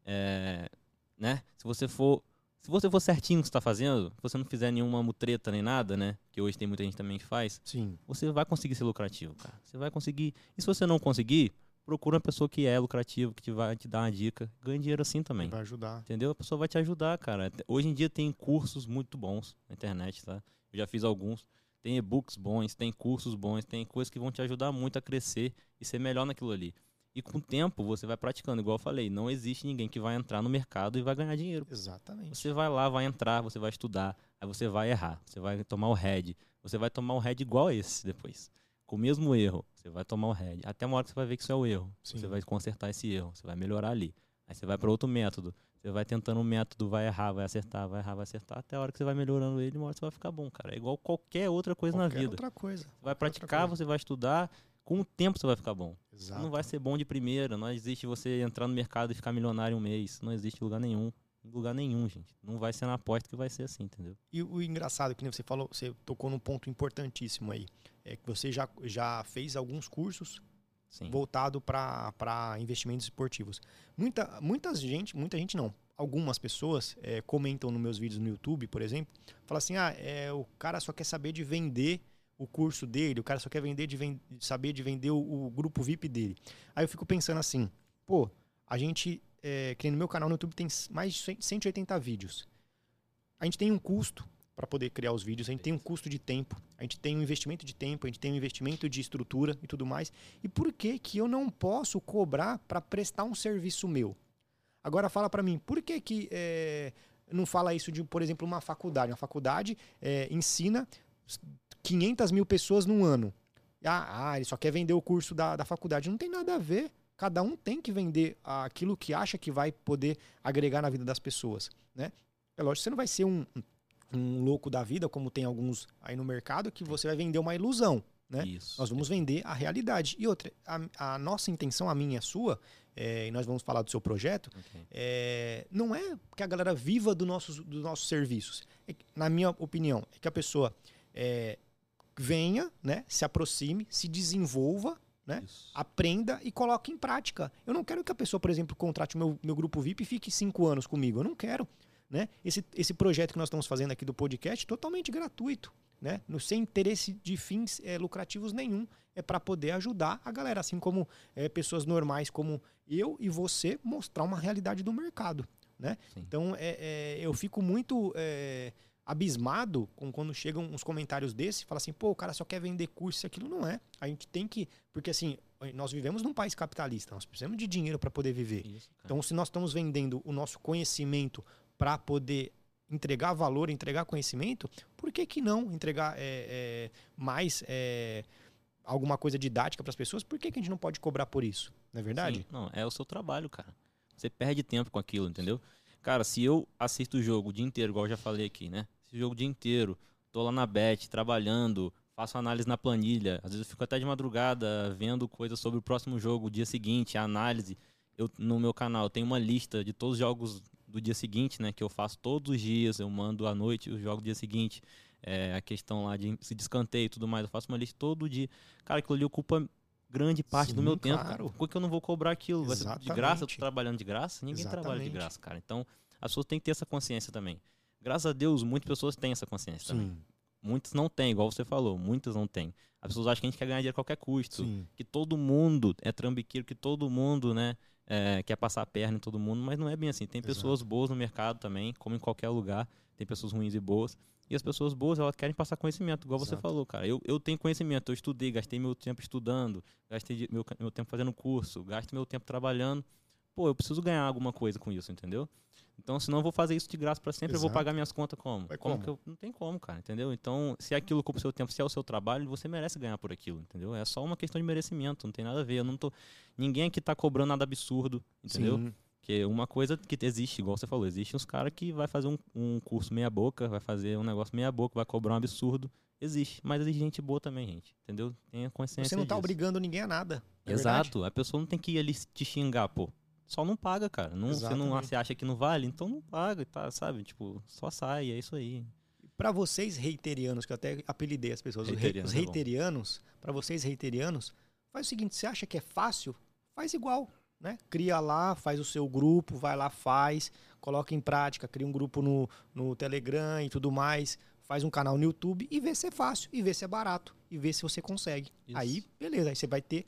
é, né? Se você for, se você for certinho no que você está fazendo, se você não fizer nenhuma mutreta nem nada, né? Que hoje tem muita gente também que faz, Sim. você vai conseguir ser lucrativo, cara. Você vai conseguir. E se você não conseguir, procura uma pessoa que é lucrativa, que te vai te dar uma dica, ganha dinheiro assim também. Vai ajudar. Entendeu? A pessoa vai te ajudar, cara. Hoje em dia tem cursos muito bons na internet, tá? Eu já fiz alguns. Tem e-books bons, tem cursos bons, tem coisas que vão te ajudar muito a crescer e ser melhor naquilo ali. E com o tempo você vai praticando, igual eu falei, não existe ninguém que vai entrar no mercado e vai ganhar dinheiro. Exatamente. Você vai lá, vai entrar, você vai estudar, aí você vai errar, você vai tomar o head, você vai tomar um head igual a esse depois. Com o mesmo erro, você vai tomar o head. Até uma hora que você vai ver que isso é o erro. Sim. Você vai consertar esse erro, você vai melhorar ali. Aí você vai para outro método. Você vai tentando um método, vai errar, vai acertar, vai errar, vai acertar, até a hora que você vai melhorando ele, uma hora você vai ficar bom, cara. É igual qualquer outra coisa Qualquer na vida. outra coisa. Você vai Qualquer praticar, outra você vai estudar, com o tempo você vai ficar bom. coisa. Você não Exato. vai ser bom de primeira, não existe você entrar no mercado e ficar milionário em um mês. Não existe lugar nenhum. Em lugar nenhum, gente. Não vai ser na aposta que vai ser assim, entendeu? E o engraçado, que nem você falou, você tocou num ponto importantíssimo aí. É que você já, já fez alguns cursos Sim. voltado para investimentos esportivos. Muita, muita gente, muita gente não. Algumas pessoas é, comentam nos meus vídeos no YouTube, por exemplo, falam assim, ah, é, o cara só quer saber de vender o curso dele, o cara só quer vender de ven- saber de vender o, o grupo V I P dele. Aí eu fico pensando assim, pô, a gente, é, que nem no meu canal no YouTube tem mais de cento e oitenta vídeos. A gente tem um custo para poder criar os vídeos, a gente tem um custo de tempo, a gente tem um investimento de tempo, a gente tem um investimento de estrutura e tudo mais. E por que que eu não posso cobrar para prestar um serviço meu? Agora fala pra mim, por que que é, não fala isso de, por exemplo, uma faculdade? Uma faculdade é, ensina quinhentas mil pessoas num ano. Ah, ah, ele só quer vender o curso da, da faculdade. Não tem nada a ver. Cada um tem que vender aquilo que acha que vai poder agregar na vida das pessoas, né? É lógico, você não vai ser um, um louco da vida, como tem alguns aí no mercado, que você vai vender uma ilusão, né? Isso. Nós vamos vender a realidade. E outra, a, a nossa intenção, a minha e a sua, é, e nós vamos falar do seu projeto, Okay. é, não é que a galera viva do nossos, dos nossos serviços. É, na minha opinião, é que a pessoa é, venha, né, se aproxime, se desenvolva, né? Aprenda e coloque em prática. Eu não quero que a pessoa, por exemplo, contrate o meu, meu grupo V I P e fique cinco anos comigo. Eu não quero. Né? Esse, esse projeto que nós estamos fazendo aqui do podcast é totalmente gratuito. Né? No, sem interesse de fins é, lucrativos nenhum. É para poder ajudar a galera, assim como é, pessoas normais como eu e você, mostrar uma realidade do mercado. Né? Então, é, é, eu fico muito... É, abismado com quando chegam uns comentários desses, fala assim, pô, o cara só quer vender curso, isso aquilo não é. A gente tem que, porque assim, nós vivemos num país capitalista, nós precisamos de dinheiro para poder viver. Isso, então, se nós estamos vendendo o nosso conhecimento para poder entregar valor, entregar conhecimento, por que que não entregar é, é, mais é, alguma coisa didática para as pessoas? Por que que a gente não pode cobrar por isso? Não é verdade? Sim, não, é o seu trabalho, cara. Você perde tempo com aquilo, entendeu? Cara, se eu assisto o jogo o dia inteiro, igual eu já falei aqui, né? Esse jogo o dia inteiro, tô lá na bet, trabalhando, faço análise na planilha. Às vezes eu fico até de madrugada vendo coisas sobre o próximo jogo, o dia seguinte, a análise. Eu, no meu canal, eu tenho uma lista de todos os jogos do dia seguinte, né? Que eu faço todos os dias, eu mando à noite os jogos do dia seguinte. É, a questão lá de se descanteio e tudo mais, eu faço uma lista todo dia. Cara, aquilo ali ocupa grande parte Sim, do meu tempo, claro. Cara. Por que eu não vou cobrar aquilo? Vai ser de graça? Eu tô trabalhando de graça? Ninguém Exatamente. Trabalha de graça, cara. Então, as pessoas têm que ter essa consciência também. Graças a Deus, muitas pessoas têm essa consciência Sim. também. Muitos não têm, igual você falou. Muitas não têm. As pessoas acham que a gente quer ganhar dinheiro a qualquer custo. Sim. Que todo mundo é trambiqueiro, que todo mundo, né, é, quer passar a perna em todo mundo. Mas não é bem assim. Tem Exato. Pessoas boas no mercado também, como em qualquer lugar. Tem pessoas ruins e boas. E as pessoas boas, elas querem passar conhecimento, igual Exato. Você falou, cara. Eu, eu tenho conhecimento, eu estudei, gastei meu tempo estudando, gastei meu, meu tempo fazendo curso, gasto meu tempo trabalhando. Pô, eu preciso ganhar alguma coisa com isso, entendeu? Então, senão eu vou fazer isso de graça pra sempre, Exato. Eu vou pagar minhas contas como? Como, como que eu, não tem como, cara, entendeu? Então, se aquilo ocupa o seu tempo, se é o seu trabalho, você merece ganhar por aquilo, entendeu? É só uma questão de merecimento, não tem nada a ver. Eu não tô... Ninguém aqui tá cobrando nada absurdo, entendeu? Sim. Porque uma coisa que existe, igual você falou, existe uns caras que vai fazer um, um curso meia boca, vai fazer um negócio meia boca, vai cobrar um absurdo. Existe, mas existe gente boa também, gente, entendeu? Tenha consciência Você não tá disso. obrigando ninguém a nada. É Exato, verdade? A pessoa não tem que ir ali te xingar, pô. Só não paga, cara. Não, você não você acha que não vale, então não paga, tá, sabe? Tipo, só sai, é isso aí. Pra vocês reiterianos, que eu até apelidei as pessoas, reiterianos, os reiterianos, é pra vocês reiterianos, faz o seguinte, você acha que é fácil? Faz igual. Né? Cria lá, faz o seu grupo, vai lá, faz, coloca em prática, cria um grupo no, no Telegram e tudo mais, faz um canal no YouTube e vê se é fácil, e vê se é barato, e vê se você consegue. Isso. Aí, beleza, aí você vai ter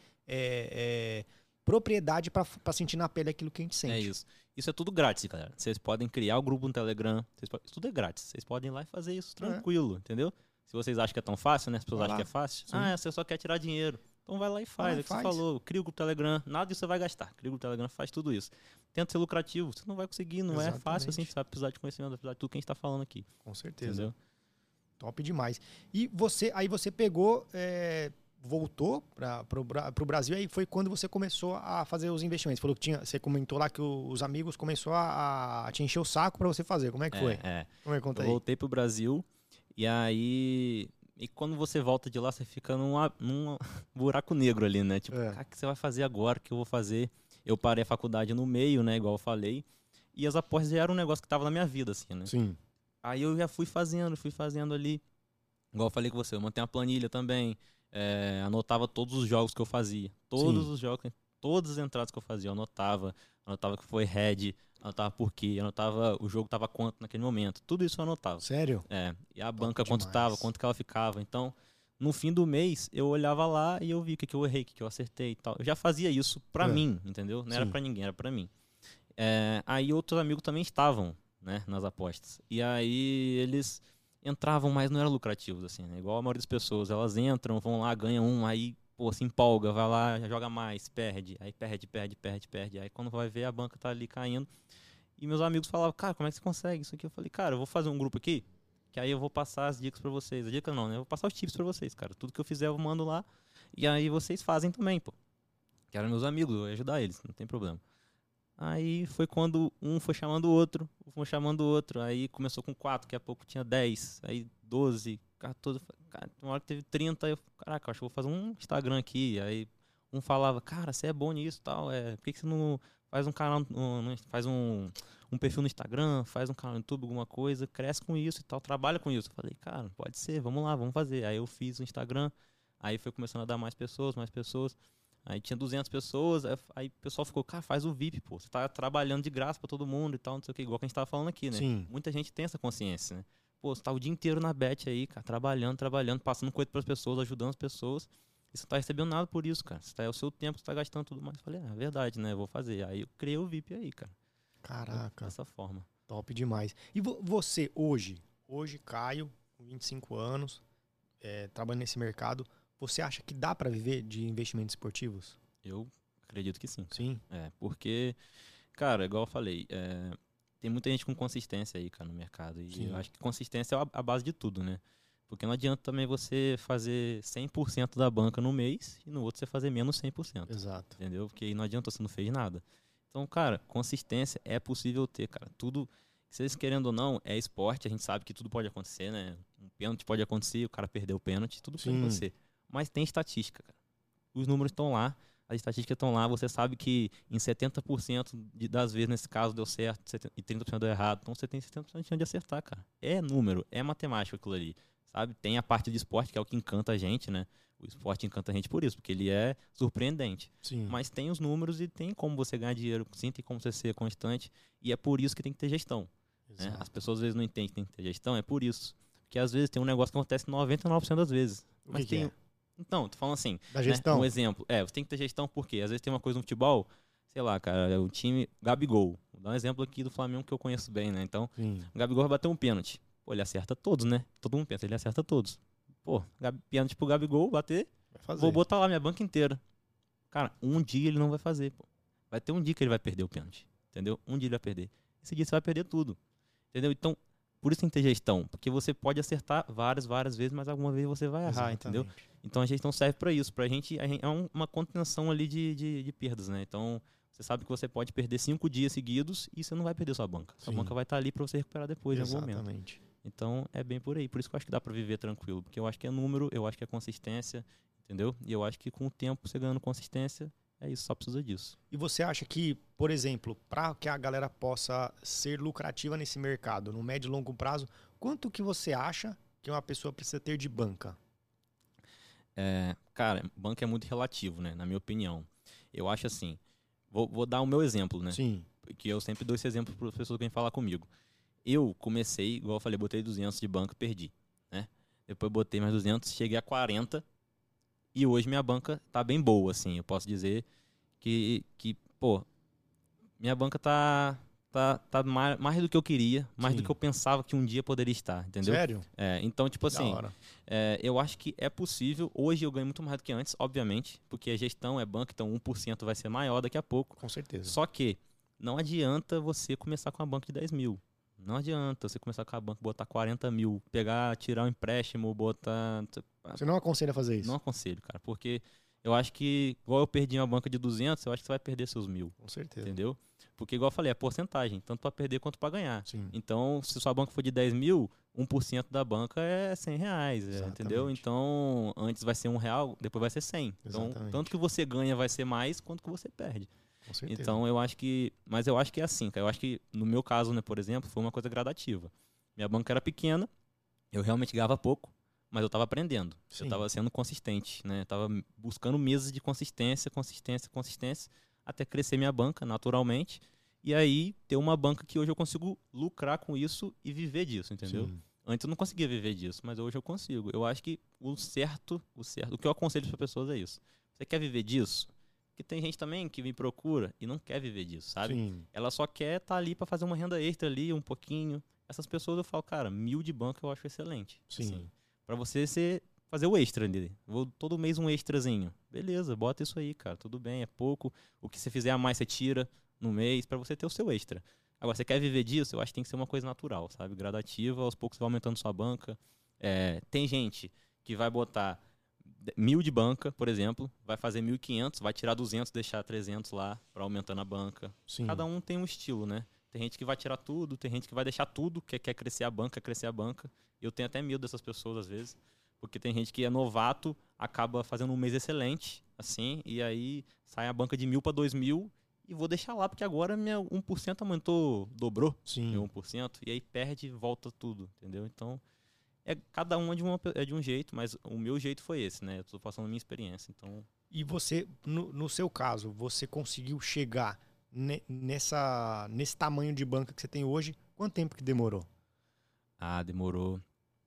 é, é, propriedade para sentir na pele aquilo que a gente sente. É isso. Isso é tudo grátis, galera. Vocês podem criar o grupo no Telegram, vocês podem, tudo é grátis. Vocês podem ir lá e fazer isso tranquilo, é. Entendeu? Se vocês acham que é tão fácil, né? As pessoas acham que é fácil. Sim. Ah, você só quer tirar dinheiro. Então vai lá e faz, ah, é o que faz. Você falou, cria o grupo Telegram, nada disso você vai gastar, cria o grupo Telegram, faz tudo isso. Tenta ser lucrativo, você não vai conseguir, não Exatamente. É fácil assim, você vai precisar de conhecimento, vai precisar de tudo que a gente tá falando aqui. Com certeza. Entendeu? Top demais. E você, aí você pegou, é, voltou para o Brasil, aí foi quando você começou a fazer os investimentos. Falou que tinha, você comentou lá que o, os amigos começaram a, a te encher o saco para você fazer, como é que é, foi? É, como é que conta Eu aí? voltei pro Brasil e aí... E quando você volta de lá, você fica num, num buraco negro ali, né? Tipo, é. cara, o que você vai fazer agora? O que eu vou fazer? Eu parei a faculdade no meio, né? Igual eu falei. E as apostas já eram um negócio que tava na minha vida, assim, né? Sim. Aí eu já fui fazendo, fui fazendo ali. Igual eu falei com você, eu mantenho a planilha também. É, anotava todos os jogos que eu fazia. Todos Sim. os jogos, todas as entradas que eu fazia, eu anotava. Anotava que foi head, anotava por quê, anotava o jogo tava quanto naquele momento. Tudo isso eu anotava. Sério? É. E a banca Top quanto demais. tava, quanto que ela ficava. Então, no fim do mês, eu olhava lá e eu vi o que, que eu errei, o que, que eu acertei e tal. Eu já fazia isso pra é. mim, entendeu? Não Sim. era pra ninguém, era pra mim. É, aí outros amigos também estavam, né, nas apostas. E aí eles entravam, mas não eram lucrativos, assim, né? Igual a maioria das pessoas. Elas entram, vão lá, ganham um, aí pô, se empolga, vai lá, joga mais, perde. Aí perde, perde, perde, perde. Aí quando vai ver, a banca tá ali caindo. E meus amigos falavam, cara, como é que você consegue isso aqui? Eu falei, cara, eu vou fazer um grupo aqui, que aí eu vou passar as dicas pra vocês. As dicas não, né? Eu vou passar os tips pra vocês, cara. Tudo que eu fizer eu mando lá. E aí vocês fazem também, pô. Que eram meus amigos, eu ia ajudar eles, não tem problema. Aí foi quando um foi chamando o outro, um foi chamando o outro. Aí começou com quatro, daqui a pouco tinha dez, aí doze, quatorze. Cara, uma hora que teve trinta, eu, caraca, acho que vou fazer um Instagram aqui. Aí um falava, cara, você é bom nisso e tal, é, por que, que você não faz um canal, um, faz um, um perfil no Instagram, faz um canal no YouTube, alguma coisa, cresce com isso e tal, trabalha com isso. Eu falei, cara, pode ser, vamos lá, vamos fazer. Aí eu fiz o Instagram, aí foi começando a dar mais pessoas, mais pessoas. Aí tinha duzentas pessoas, aí, aí o pessoal ficou, cara, faz o V I P, pô. Você tá trabalhando de graça pra todo mundo e tal, não sei o que, igual que a gente tava falando aqui, né? Sim. Muita gente tem essa consciência, né? Pô, você tá o dia inteiro na bet aí, cara, trabalhando, trabalhando, passando coisa pras pessoas, ajudando as pessoas. E você não tá recebendo nada por isso, cara. Você tá, é o seu tempo, você tá gastando tudo mais. Eu falei, ah, é verdade, né? Eu vou fazer. Aí eu criei o V I P aí, cara. Caraca. Dessa forma. Top demais. E vo você, hoje, hoje, Caio, com vinte e cinco anos, é, trabalhando nesse mercado, você acha que dá pra viver de investimentos esportivos? Eu acredito que sim. Sim. É, porque, cara, igual eu falei, é, tem muita gente com consistência aí, cara, no mercado. E Sim. eu acho que consistência é a- a base de tudo, né? Porque não adianta também você fazer cem por cento da banca no mês e no outro você fazer menos cem por cento. Exato. Entendeu? Porque aí não adianta, você não fez nada. Então, cara, consistência é possível ter, cara. Tudo, vocês querendo ou não, é esporte, a gente sabe que tudo pode acontecer, né? Um pênalti pode acontecer, o cara perdeu o pênalti, tudo pode Sim. acontecer. Mas tem estatística, cara. Os números estão lá, as estatísticas estão lá, você sabe que em setenta por cento de, das vezes, nesse caso, deu certo e trinta por cento deu errado. Então você tem setenta por cento de chance de acertar, cara. É número, é matemática aquilo ali, sabe? Tem a parte de esporte, que é o que encanta a gente, né? O esporte encanta a gente por isso, porque ele é surpreendente. Sim. Mas tem os números e tem como você ganhar dinheiro, sim, tem como você ser constante. E é por isso que tem que ter gestão. Né? Exato. As pessoas às vezes não entendem que tem que ter gestão, é por isso. Porque às vezes tem um negócio que acontece noventa e nove por cento das vezes. O Mas que que tem. é? Então, tô falando assim. Da Né? gestão? Um exemplo. É, você tem que ter gestão porque às vezes tem uma coisa no futebol, sei lá, cara, o time Gabigol. Vou dar um exemplo aqui do Flamengo que eu conheço bem, né? Então, Sim. o Gabigol vai bater um pênalti. Pô, ele acerta todos, né? Todo mundo pensa, ele acerta todos. Pô, Gabi- pênalti pro Gabigol bater, Vai fazer. vou botar lá minha banca inteira. Cara, um dia ele não vai fazer, pô. Vai ter um dia que ele vai perder o pênalti. Entendeu? Um dia ele vai perder. Esse dia você vai perder tudo. Entendeu? Então, por isso tem que ter gestão. Porque você pode acertar várias, várias vezes, mas alguma vez você vai errar, entendeu? Exatamente. Então a gestão serve para isso. Pra gente, a gente é um- uma contenção ali de, de, de perdas, né? Então, você sabe que você pode perder cinco dias seguidos e você não vai perder sua banca. Sua Sim. banca vai estar ali para você recuperar depois, em algum momento. Exatamente. Então, é bem por aí. Por isso que eu acho que dá para viver tranquilo. Porque eu acho que é número, eu acho que é consistência, entendeu? E eu acho que com o tempo, você ganhando consistência, é isso, só precisa disso. E você acha que, por exemplo, para que a galera possa ser lucrativa nesse mercado, no médio e longo prazo, quanto que você acha que uma pessoa precisa ter de banca? É, cara, banca é muito relativo, né? Na minha opinião. Eu acho assim, vou, vou dar o meu exemplo, né? Sim. Que eu sempre dou esse exemplo para as pessoas que vêm falar comigo. Eu comecei, igual eu falei, botei duzentos de banca e perdi, né? Depois botei mais duzentos, cheguei a quarenta e hoje minha banca tá bem boa, assim. Eu posso dizer que, que pô, minha banca tá, tá, tá mais, mais do que eu queria, mais Sim. do que eu pensava que um dia poderia estar, entendeu? Sério? É, então, tipo Da assim, hora. é, eu acho que é possível. Hoje eu ganho muito mais do que antes, obviamente, porque a gestão é banca, então um por cento vai ser maior daqui a pouco. Com certeza. Só que não adianta você começar com a banca de dez mil. Não adianta você começar com a banca, botar quarenta mil, pegar, tirar um empréstimo, botar... Você não aconselha a fazer isso? Não aconselho, cara, porque eu acho que, igual eu perdi uma banca de duzentos, eu acho que você vai perder seus mil, Com certeza. entendeu? Porque, igual eu falei, é porcentagem, tanto para perder quanto para ganhar. Sim. Então, se sua banca for de dez mil, um por cento da banca é cem reais, é, Exatamente. entendeu? Então, antes vai ser um real, depois vai ser cem. Então, Exatamente. tanto que você ganha vai ser mais, quanto que você perde. Com certeza. Então, eu acho que... Mas eu acho que é assim, cara. Eu acho que, no meu caso, né, por exemplo, foi uma coisa gradativa. Minha banca era pequena, eu realmente ganhava pouco, mas eu estava aprendendo. Sim. Eu estava sendo consistente, né? Eu estava buscando meses de consistência, consistência, consistência, até crescer minha banca naturalmente. E aí, ter uma banca que hoje eu consigo lucrar com isso e viver disso, entendeu? Sim. Antes eu não conseguia viver disso, mas hoje eu consigo. Eu acho que o certo, o certo, o que eu aconselho para pessoas é isso. Você quer viver disso? Porque tem gente também que me procura e não quer viver disso, sabe? Sim. Ela só quer estar ali para fazer uma renda extra ali, um pouquinho. Essas pessoas eu falo, cara, mil de banco eu acho excelente. Sim. Assim, para você ser fazer o extra ali. Vou todo mês um extrazinho. Beleza, bota isso aí, cara. Tudo bem, é pouco. O que você fizer a mais, você tira no mês pra você ter o seu extra. Agora, você quer viver disso? Eu acho que tem que ser uma coisa natural, sabe? Gradativa, aos poucos você vai aumentando sua banca. É, tem gente que vai botar mil de banca, por exemplo, vai fazer mil e quinhentos, vai tirar duzentos, deixar trezentos lá pra aumentar na banca. Sim. Cada um tem um estilo, né? Tem gente que vai tirar tudo, tem gente que vai deixar tudo, que quer crescer a banca, crescer a banca. Eu tenho até medo dessas pessoas às vezes, porque tem gente que é novato, acaba fazendo um mês excelente, assim, e aí sai a banca de mil para dois mil e vou deixar lá, porque agora minha um por cento aumentou, dobrou Sim. meu um por cento, e aí perde e volta tudo, entendeu? Então, é, cada um é de, uma, é de um jeito, mas o meu jeito foi esse, né? Eu tô passando a minha experiência, então... E você, no, no seu caso, você conseguiu chegar ne, nessa, nesse tamanho de banca que você tem hoje? Quanto tempo que demorou? Ah, demorou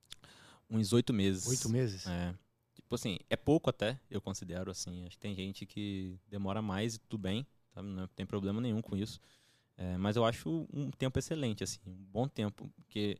uns oito meses. Oito meses? É. Tipo assim, é pouco até, eu considero assim. Acho que tem gente que demora mais e tudo bem, sabe? Não tem problema nenhum com isso. É, mas eu acho um tempo excelente, assim, um bom tempo. Porque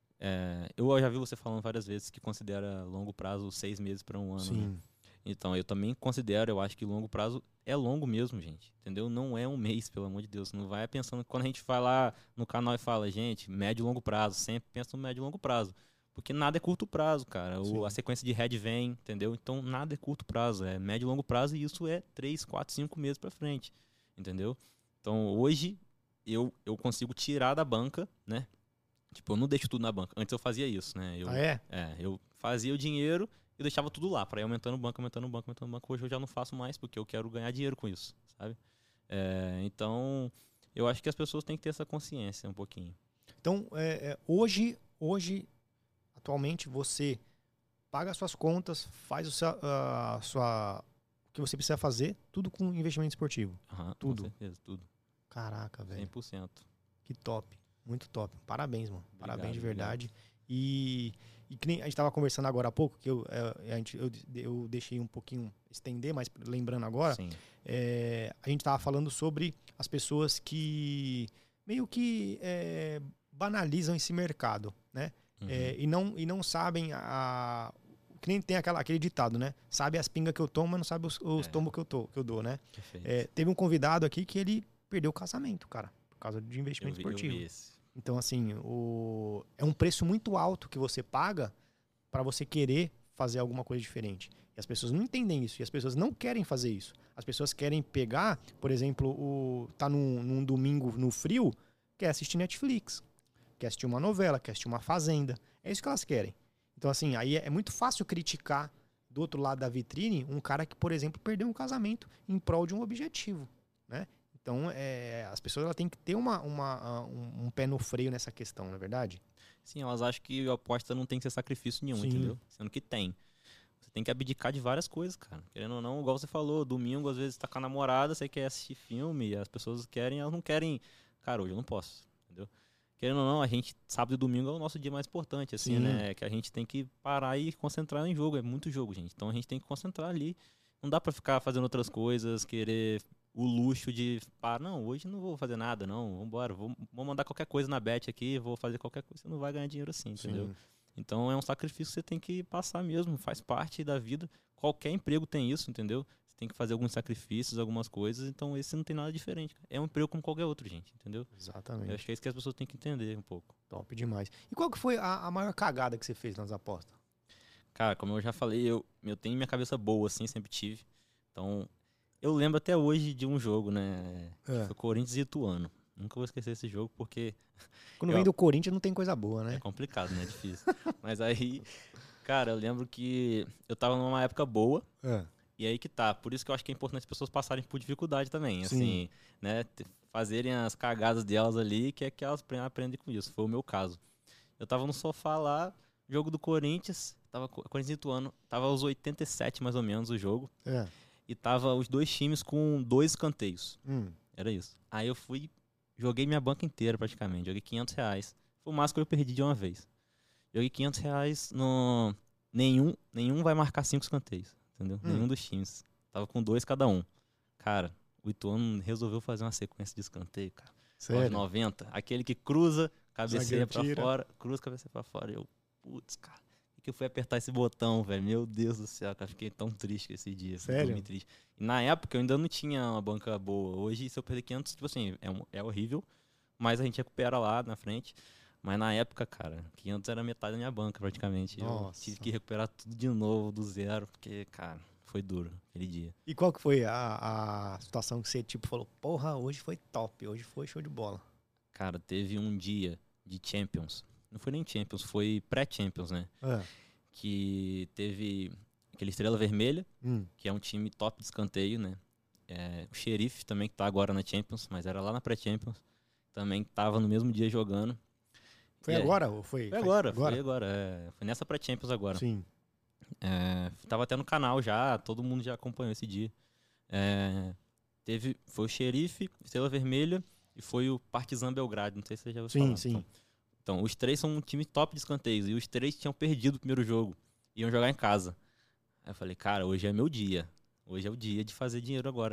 é, eu já vi você falando várias vezes que considera longo prazo seis meses para um ano. Sim. Né? Então, eu também considero, eu acho que longo prazo é longo mesmo, gente. Entendeu? Não é um mês, pelo amor de Deus. Não vai pensando, quando a gente vai lá no canal e fala, gente, médio e longo prazo, sempre pensa no médio e longo prazo. Porque nada é curto prazo, cara. O, a sequência de head vem, entendeu? Então, nada é curto prazo. É médio e longo prazo e isso é três, quatro, cinco meses pra frente. Entendeu? Então, hoje, eu, eu consigo tirar da banca, né? Tipo, eu não deixo tudo na banca. Antes eu fazia isso, né? Eu, ah, é? É, eu fazia o dinheiro e deixava tudo lá, pra ir aumentando o banco, aumentando o banco, aumentando o banco. Hoje eu já não faço mais, porque eu quero ganhar dinheiro com isso, sabe? É, então, eu acho que as pessoas têm que ter essa consciência um pouquinho. Então, é, é, hoje, hoje, atualmente, você paga as suas contas, faz o, seu, a sua, o que você precisa fazer, tudo com investimento esportivo. Uhum, tudo. Com certeza, tudo. Caraca, velho. cem por cento. Que top. Muito top. Parabéns, mano. Obrigado, Parabéns de verdade. obrigado. E, e que nem a gente tava conversando agora há pouco, que eu, é, a gente, eu, eu deixei um pouquinho estender, mas lembrando agora, Sim. é, a gente tava falando sobre as pessoas que meio que é, banalizam esse mercado, né? Uhum. É, e, não, e não sabem a... Que nem tem aquela, aquele ditado, né? Sabe as pingas que eu tomo, mas não sabe os, os É. tombos que eu, tô, que eu dou, né? Perfeito. É, teve um convidado aqui que ele perdeu o casamento, cara, por causa de eu investimento vi, esportivo. eu vi esse. Então, assim, o... é um preço muito alto que você paga para você querer fazer alguma coisa diferente. E as pessoas não entendem isso. E as pessoas não querem fazer isso. As pessoas querem pegar, por exemplo, o... tá num, num domingo no frio, quer assistir Netflix, quer assistir uma novela, quer assistir uma Fazenda. É isso que elas querem. Então, assim, aí é muito fácil criticar do outro lado da vitrine um cara que, por exemplo, perdeu um casamento em prol de um objetivo, né? Então, é, as pessoas elas têm que ter uma, uma, um, um pé no freio nessa questão, não é verdade? Sim, elas acham que a aposta não tem que ser sacrifício nenhum, Sim. entendeu? Sendo que tem. Você tem que abdicar de várias coisas, cara. Querendo ou não, igual você falou, domingo, às vezes, tá com a namorada, você quer assistir filme, as pessoas querem, elas não querem. Cara, hoje eu não posso, entendeu? Querendo ou não, a gente, sábado e domingo é o nosso dia mais importante, assim, Sim. né? Que a gente tem que parar e concentrar em jogo. É muito jogo, gente. Então a gente tem que concentrar ali. Não dá pra ficar fazendo outras coisas, querer o luxo de, ah, não, hoje não vou fazer nada, não, vambora, vou, vou mandar qualquer coisa na bet aqui, vou fazer qualquer coisa, você não vai ganhar dinheiro assim, entendeu? Sim. Então é um sacrifício que você tem que passar mesmo, faz parte da vida, qualquer emprego tem isso, entendeu? Você tem que fazer alguns sacrifícios, algumas coisas, então esse não tem nada diferente, é um emprego como qualquer outro, gente, entendeu? Exatamente. Eu acho que é isso que as pessoas têm que entender um pouco. Top demais. E qual que foi a, a maior cagada que você fez nas apostas? Cara, como eu já falei, eu, eu tenho minha cabeça boa, assim, sempre tive, então... Eu lembro até hoje de um jogo, né? É. Foi Corinthians e Ituano. Nunca vou esquecer esse jogo porque Quando eu- vem do Corinthians não tem coisa boa, é né? complicado, né? É difícil. Mas aí, cara, eu lembro que eu tava numa época boa É. e aí que tá. Por isso que eu acho que é importante as pessoas passarem por dificuldade também. Sim. Assim, né? te- Fazerem as cagadas delas ali, que é que elas apre- aprendem com isso. Foi o meu caso. Eu tava no sofá lá, jogo do Corinthians, tava Co- Corinthians e Ituano, tava aos oitenta e sete mais ou menos o jogo. É. E tava os dois times com dois escanteios. Hum. Era isso. Aí eu fui, joguei minha banca inteira praticamente. Joguei quinhentos reais. Foi o máximo que eu perdi de uma vez. Joguei quinhentos reais no... Nenhum, nenhum vai marcar cinco escanteios, entendeu? Hum. Nenhum dos times. Tava com dois cada um. Cara, o Ituano resolveu fazer uma sequência de escanteio, cara. Aos Sério? noventa. Aquele que cruza, cabeceia Zagueiro pra tira. fora. Cruza, cabeceia pra fora. Eu, putz, cara. que eu fui apertar esse botão, velho? Meu Deus do céu, cara, fiquei tão triste esse dia. Sério? Triste. E na época eu ainda não tinha uma banca boa. Hoje, se eu perder quinhentos, tipo assim, é, um, é horrível, mas a gente recupera lá na frente. Mas na época, cara, quinhentos era metade da minha banca, praticamente. Nossa. Eu tive que recuperar tudo de novo, do zero, porque, cara, foi duro aquele dia. E qual que foi a, a situação que você, tipo, falou, porra, hoje foi top, hoje foi show de bola? Cara, teve um dia de Champions. Não foi nem Champions, foi pré-Champions, né? Ah. Que teve aquele Estrela Vermelha, Hum. que é um time top de escanteio, né? É, o Xerife também, que tá agora na Champions, mas era lá na pré-Champions. Também tava no mesmo dia jogando. Foi E é, agora ou foi? Foi faz- agora, foi agora. É, foi nessa pré-Champions agora. Sim. É, tava até no canal já, todo mundo já acompanhou esse dia. É, teve, foi o Xerife, Estrela Vermelha e foi o Partizan Belgrado. Não sei se você já ouviu Sim, falar. sim. Então, então, os três são um time top de escanteios e os três tinham perdido o primeiro jogo. Iam jogar em casa. Aí eu falei, cara, hoje é meu dia. Hoje é o dia de fazer dinheiro agora.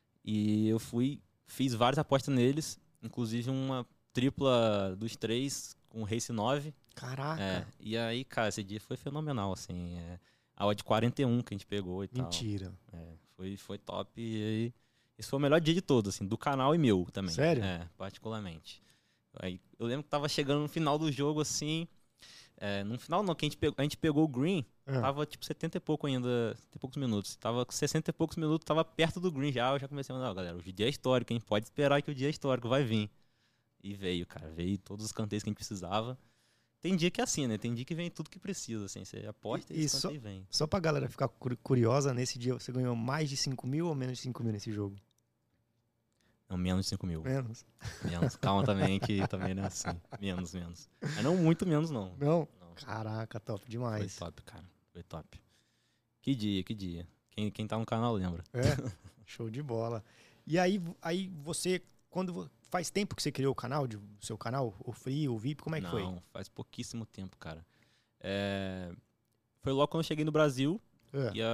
E eu fui, fiz várias apostas neles, inclusive uma tripla dos três com Race nove. Caraca. É, e aí, cara, esse dia foi fenomenal, assim. É, a odd quarenta e um que a gente pegou e Mentira. tal. É, foi, foi top. E aí, esse foi o melhor dia de todos, assim, do canal e meu também. Sério? É, particularmente. Aí, eu lembro que tava chegando no final do jogo, assim. É, no final não, que a gente pegou, a gente pegou o green, Ah. tava tipo setenta e pouco ainda, setenta e poucos minutos. Tava com sessenta e poucos minutos, tava perto do green já. Eu já comecei a mandar, ó, galera, o dia é histórico, hein? Pode esperar que o dia é histórico, vai vir. E veio, cara, veio todos os canteiros que a gente precisava. Tem dia que é assim, né? Tem dia que vem tudo que precisa, assim. Você aposta e, E esse só- canteio vem. Só pra galera ficar cu- curiosa, nesse dia você ganhou mais de cinco mil ou menos de cinco mil nesse jogo? Não, menos de cinco mil. Menos. Menos. Calma também, que também não é assim. Menos, menos. Mas não muito menos, não. Não? Não. Caraca, top Foi demais. top, cara. Foi top. Que dia, que dia. Quem, quem tá no canal lembra. É, show de bola. E aí, aí você, quando vo- faz tempo que você criou o canal, de, o seu canal, o Free, o V I P, como é que não, foi? faz pouquíssimo tempo, cara. É, Foi logo quando eu cheguei no Brasil. É. E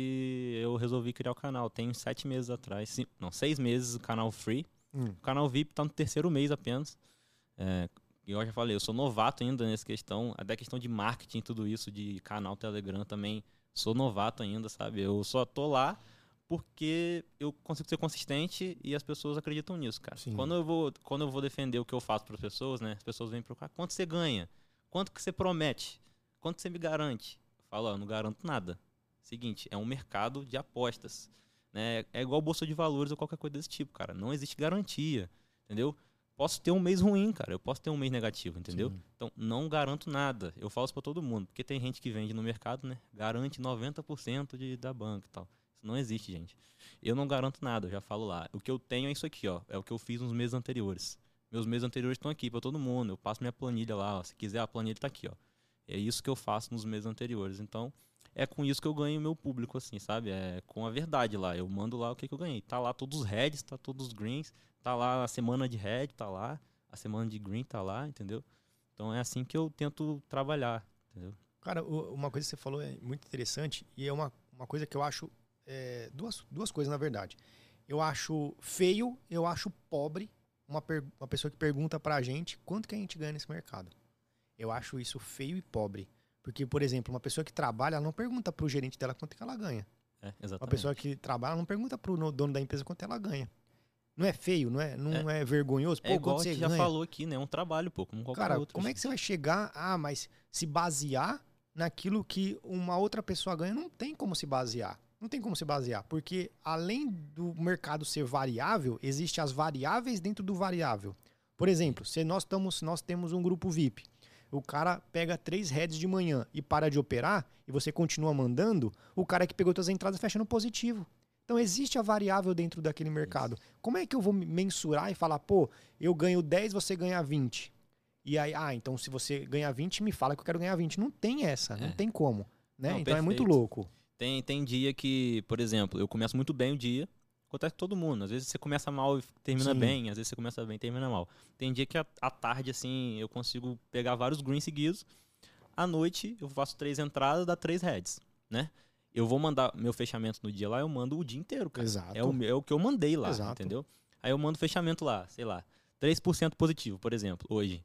aí eu resolvi criar o canal. Tem uns sete meses atrás. Sim, não, seis meses o canal Free. Hum. O canal V I P tá no terceiro mês apenas. É, e eu já falei, eu sou novato ainda nessa questão. Até questão de marketing, tudo isso, de canal Telegram também. Sou novato ainda, sabe? Eu só tô lá porque eu consigo ser consistente e as pessoas acreditam nisso, cara. Sim. Quando eu vou, quando eu vou defender o que eu faço para as pessoas, né? As pessoas vêm procurar, quanto você ganha? Quanto que você promete? Quanto você me garante? Eu falo, ó, eu não garanto nada. Seguinte, é um mercado de apostas, né? É igual bolsa de valores ou qualquer coisa desse tipo, cara. Não existe garantia, entendeu? Posso ter um mês ruim, cara. Eu posso ter um mês negativo, entendeu? Sim. Então, não garanto nada. Eu falo isso pra todo mundo. Porque tem gente que vende no mercado, né? Garante noventa por cento de, da banca e tal. Isso não existe, gente. Eu não garanto nada, eu já falo lá. O que eu tenho é isso aqui, ó. É o que eu fiz nos meses anteriores. Meus meses anteriores estão aqui pra todo mundo. Eu passo minha planilha lá, ó. Se quiser, a planilha tá aqui, ó. É isso que eu faço nos meses anteriores. Então, é com isso que eu ganho o meu público, assim, sabe? É com a verdade lá. Eu mando lá o que, que eu ganhei. Tá lá todos os heads, tá todos os greens. Tá lá a semana de head, tá lá. A semana de green tá lá, entendeu? Então é assim que eu tento trabalhar, entendeu? Cara, o- uma coisa que você falou é muito interessante e é uma, uma coisa que eu acho. é, duas, duas coisas, na verdade. Eu acho feio, eu acho pobre uma, per- uma pessoa que pergunta pra gente quanto que a gente ganha nesse mercado. Eu acho isso feio e pobre. Porque, por exemplo, uma pessoa que trabalha, ela não pergunta pro gerente dela quanto que ela ganha. É, exatamente. Uma pessoa que trabalha, ela não pergunta pro no- dono da empresa quanto ela ganha. Não é feio, não é, não é. vergonhoso? Pô, É igual quanto a você gente já ganha? falou aqui, né? É um trabalho, pô, como qualquer Cara, outro. como é que você vai chegar, ah, mas se basear naquilo que uma outra pessoa ganha? Não tem como se basear. Não tem como se basear, porque além do mercado ser variável, existem as variáveis dentro do variável. Por exemplo, se nós, estamos, nós temos um grupo V I P, o cara pega três heads de manhã e para de operar, e você continua mandando, o cara que pegou suas entradas fecha no positivo. Então existe a variável dentro daquele mercado. Como é que eu vou mensurar e falar, pô, eu ganho dez, você ganha vinte? E aí, ah, então se você ganhar vinte, me fala que eu quero ganhar vinte. Não tem essa, não É. tem como. Né? Não, então é muito perfeito. louco. Tem, tem dia que, por exemplo, eu começo muito bem o dia. Acontece com todo mundo. Às vezes você começa mal e termina Sim. bem. Às vezes você começa bem e termina mal. Tem dia que à à tarde, assim, eu consigo pegar vários greens seguidos. À noite, eu faço três entradas, dá três heads, né? Eu vou mandar meu fechamento no dia lá, eu mando o dia inteiro, cara. Exato. É o, meu- é o que eu mandei lá, Exato. entendeu? Aí eu mando o fechamento lá, sei lá, três por cento positivo, por exemplo, hoje.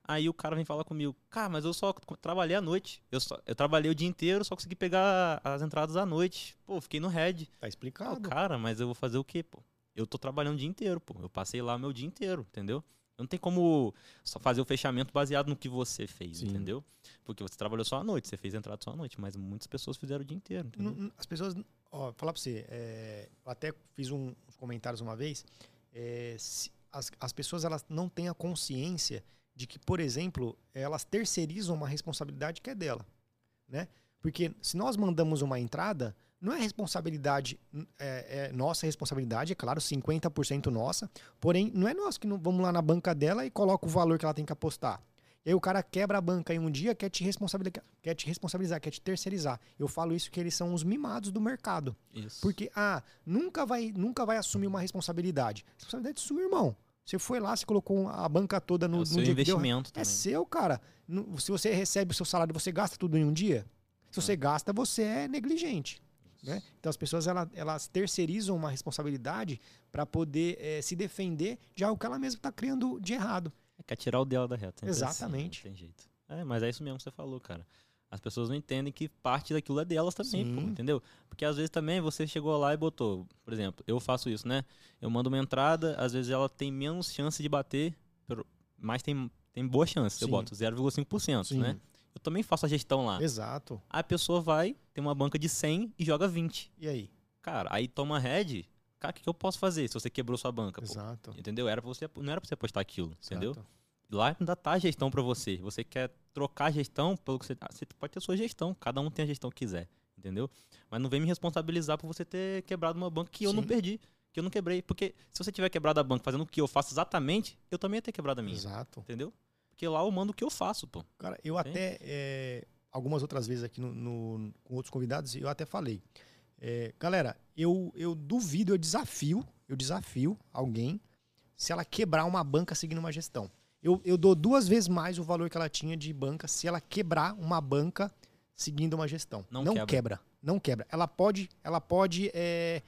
Aí o cara vem falar comigo, cara, mas eu só trabalhei à noite. Eu, só, eu trabalhei o dia inteiro, só consegui pegar as entradas à noite. Pô, fiquei no Red. Tá explicado. Ah, cara, mas eu vou fazer o quê, pô? Eu tô trabalhando o dia inteiro, pô. Eu passei lá o meu dia inteiro, entendeu? Não tem como só fazer o fechamento baseado no que você fez, Sim. entendeu? Porque você trabalhou só à noite, você fez entrada só à noite, mas muitas pessoas fizeram o dia inteiro, entendeu? Não- não- As pessoas, ó, falar pra você, é, eu até fiz um- uns comentários uma vez, é, se- as, as pessoas elas não têm a consciência de que, por exemplo, elas terceirizam uma responsabilidade que é dela, né? Porque se nós mandamos uma entrada, não é responsabilidade, é, é nossa responsabilidade, é claro, cinquenta por cento nossa, porém, não é nós que não vamos lá na banca dela e coloca o valor que ela tem que apostar. E aí o cara quebra a banca em um dia, quer te responsabilizar, quer te responsabilizar, quer te terceirizar. Eu falo isso que eles são os mimados do mercado. Isso. Porque, ah, nunca vai, nunca vai assumir uma responsabilidade. Responsabilidade é sua, irmão. Você foi lá, você colocou a banca toda no, É o no seu dia que deu. investimento É também. seu, cara. No- Se você recebe o seu salário, você gasta tudo em um dia? Se você gasta, você é negligente. Né? Então as pessoas elas, elas terceirizam uma responsabilidade para poder eh, se defender de algo que ela mesma está criando de errado. É, quer tirar o dela da reta. sempre Exatamente. Assim, não tem jeito. É, mas é isso mesmo que você falou, cara. As pessoas não entendem que parte daquilo é delas também, pô, Sim. entendeu? Porque às vezes também você chegou lá e botou, por exemplo, eu faço isso, né? Eu mando uma entrada, às vezes ela tem menos chance de bater, pero- mas tem, tem boa chance. Eu Sim. boto zero vírgula cinco por cento, Sim. né? Eu também faço a gestão lá. Exato. Aí a pessoa vai, tem uma banca de cem e joga vinte. E aí? Cara, aí toma head, cara, o que, que eu posso fazer se você quebrou sua banca, pô? Exato. Entendeu? Era pra você, não era pra você apostar aquilo, entendeu? Exato. Lá ainda tá a gestão pra você. Você quer trocar a gestão pelo que você. ah, Você pode ter a sua gestão. Cada um tem a gestão que quiser. Entendeu? Mas não vem me responsabilizar por você ter quebrado uma banca que eu não Sim. perdi. Que eu não quebrei. Porque se você tiver quebrado a banca fazendo o que eu faço exatamente, eu também ia ter quebrado a minha. Exato. Entendeu? Porque lá eu mando o que eu faço, pô. Cara, eu até, é, algumas outras vezes aqui no, no- com outros convidados, eu até falei. É, galera, eu, eu duvido, eu desafio, eu desafio alguém se ela quebrar uma banca seguindo uma gestão. Eu, eu dou duas vezes mais o valor que ela tinha de banca se ela quebrar uma banca seguindo uma gestão. Não não quebra. quebra. Não quebra. Ela pode, ela pode é,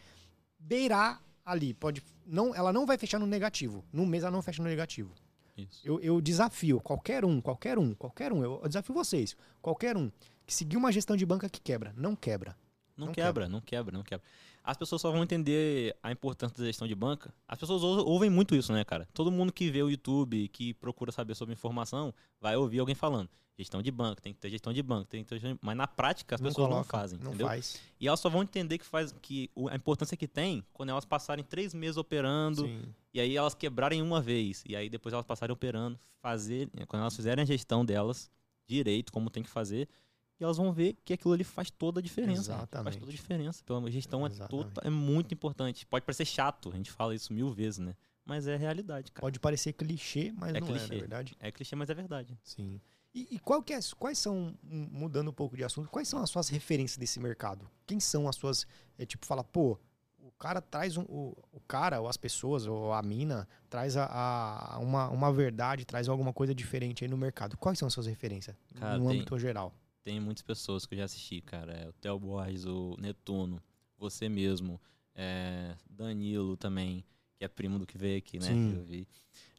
beirar ali. Pode, não, ela não vai fechar no negativo. No mês ela não fecha no negativo. Isso. Eu, eu desafio qualquer um, qualquer um, qualquer um. Eu, eu desafio vocês. Qualquer um que seguir uma gestão de banca que quebra. Não quebra. Não, Não quebra, quebra. não quebra, não quebra. As pessoas só vão entender a importância da gestão de banca. As pessoas ou- ouvem muito isso, né, cara? Todo mundo que vê o YouTube, que procura saber sobre informação, vai ouvir alguém falando. Gestão de banco, tem que ter gestão de banco, tem que ter gestão de... Mas na prática as Não pessoas não coloca, fazem, não entendeu? faz. E elas só vão entender que, faz, que o- a importância que tem quando elas passarem três meses operando, Sim. e aí elas quebrarem uma vez, e aí depois elas passarem operando, fazer, quando elas fizerem a gestão delas direito, como tem que fazer, e elas vão ver que aquilo ali faz toda a diferença. Faz Exatamente. toda a diferença. Pela gestão é, Exatamente. tota, é muito importante. Pode parecer chato, a gente fala isso mil vezes, né? Mas é realidade, cara. Pode parecer clichê, mas É não é, clichê. na verdade. É clichê, mas é verdade. Sim. E, e qual que é, quais são, hum, mudando um pouco de assunto, quais são as suas referências desse mercado? Quem são as suas, é, tipo, fala, pô, o cara traz um, o, o cara, ou as pessoas, ou a mina, traz a, a- uma, uma verdade, traz alguma coisa diferente aí no mercado. Quais são as suas referências, Cara, no tem- âmbito geral? Tem muitas pessoas que eu já assisti, cara. É, o Theo Borges, o Netuno, você mesmo, é, Danilo também, que é primo do que veio aqui, né? Sim. Que eu vi.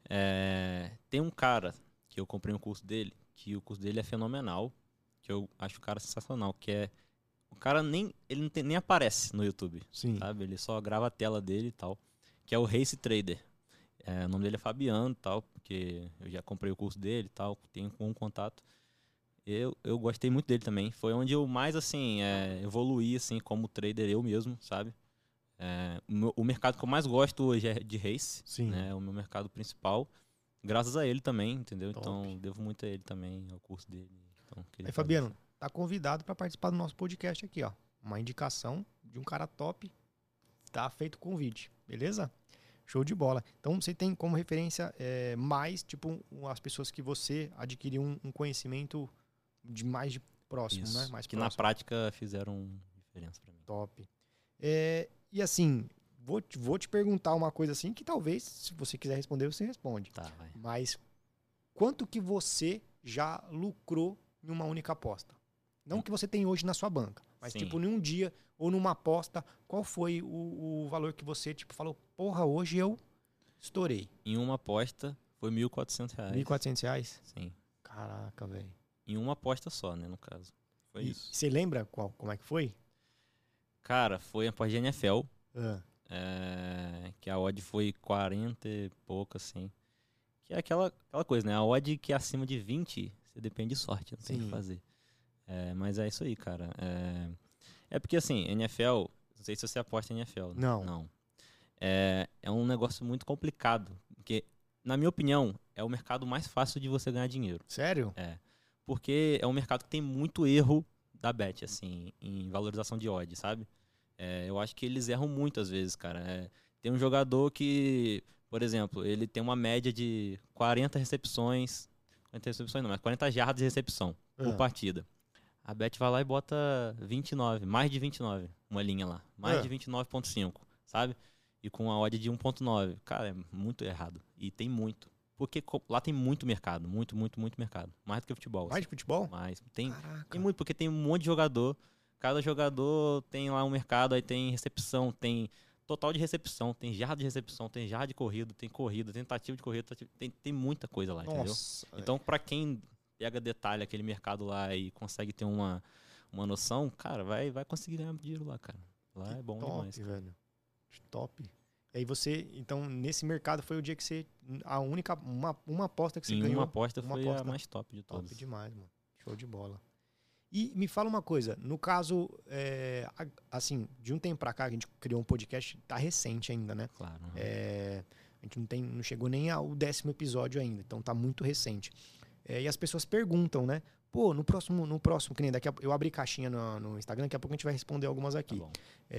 É, tem um cara que eu comprei um curso dele, que o curso dele é fenomenal, que eu acho o cara sensacional, que é... O cara nem, ele não tem, nem aparece no YouTube, Sim. sabe? Ele só grava a tela dele e tal, que é o Race Trader. É, o nome dele é Fabiano e tal, porque eu já comprei o curso dele e tal, tenho um contato. Eu, eu gostei muito dele também. Foi onde eu mais, assim, é, evoluí, assim, como trader eu mesmo, sabe? É, o, meu- o mercado que eu mais gosto hoje é de race, Sim. né? É o meu mercado principal. Graças a ele também, entendeu? Top. Então, devo muito a ele também, ao curso dele. Então, queria Aí, fazer Fabiano, isso. tá convidado para participar do nosso podcast aqui, ó. Uma indicação de um cara top. Tá feito o convite, beleza? Show de bola. Então você tem como referência é, mais, tipo, um- as pessoas que você adquiriu um, um conhecimento de mais de próximo, Isso, né? Mais que na próximo. prática fizeram diferença pra mim. Top. É, e assim, vou, te- vou te perguntar uma coisa assim que talvez, se você quiser responder, você responde. Tá, vai. Mas quanto que você já lucrou em uma única aposta? Não Hum. que você tem hoje na sua banca, mas Sim. tipo, em um dia ou numa aposta, qual foi o, o valor que você tipo falou, porra, hoje eu estourei? Em uma aposta Foi mil e quatrocentos reais. mil e quatrocentos reais? Sim. Caraca, velho. Em uma aposta só, né, no caso. Foi E isso. você lembra qual, como é que foi? Cara, foi a aposta de N F L. Ah, É, que a odd foi quarenta e pouco, assim. Que é aquela, aquela coisa, né? A odd que é acima de vinte, você depende de sorte, não tem o Sim. que fazer. É, mas é isso aí, cara. É, é porque, assim, N F L, não sei se você aposta em N F L. Não. Não. É, é um negócio muito complicado. Porque, na minha opinião, é o mercado mais fácil de você ganhar dinheiro. sério? É. Porque é um mercado que tem muito erro da bet, assim, em valorização de odd, sabe? É, eu acho que eles erram muito às vezes, cara. É, tem um jogador que, por exemplo, ele tem uma média de quarenta recepções, quarenta recepções não, mas quarenta jardas de recepção por Ah. partida. A bet vai lá e bota vinte e nove, mais de vinte e nove, uma linha lá, mais Ah. de vinte e nove ponto cinco, sabe? E com a odd de um ponto nove. Cara, é muito errado. E tem muito. Porque co- lá tem muito mercado, muito, muito, muito mercado. Mais do que futebol. Mais de futebol? Mas tem, Caraca. tem muito, porque tem um monte de jogador. Cada jogador tem lá um mercado, aí tem recepção, tem total de recepção, tem jarda de recepção, tem jarda de corrida, tem corrida, tentativa de corrida, tentativa- tem, tem muita coisa lá, entendeu? Nossa. Então, pra quem pega detalhe aquele mercado lá e consegue ter uma, uma noção, cara, vai, vai conseguir ganhar dinheiro lá, cara. Lá que é bom top, demais. cara. velho. Top. E aí você, então, nesse mercado foi o dia que você, a única, uma, uma aposta que você Em ganhou. uma aposta uma foi aposta. a mais top de Top todas. demais, mano. Show de bola. E me fala uma coisa, no caso, é, a- assim, de um tempo pra cá, que a gente criou um podcast, tá recente ainda, né? Claro. aham. É, a gente não, tem, não chegou nem ao décimo episódio ainda, então tá muito recente. É, e as pessoas perguntam, né? Pô, no próximo, no próximo, que nem daqui a, eu abri caixinha no, no Instagram, daqui a pouco a gente vai responder algumas Tá aqui. bom.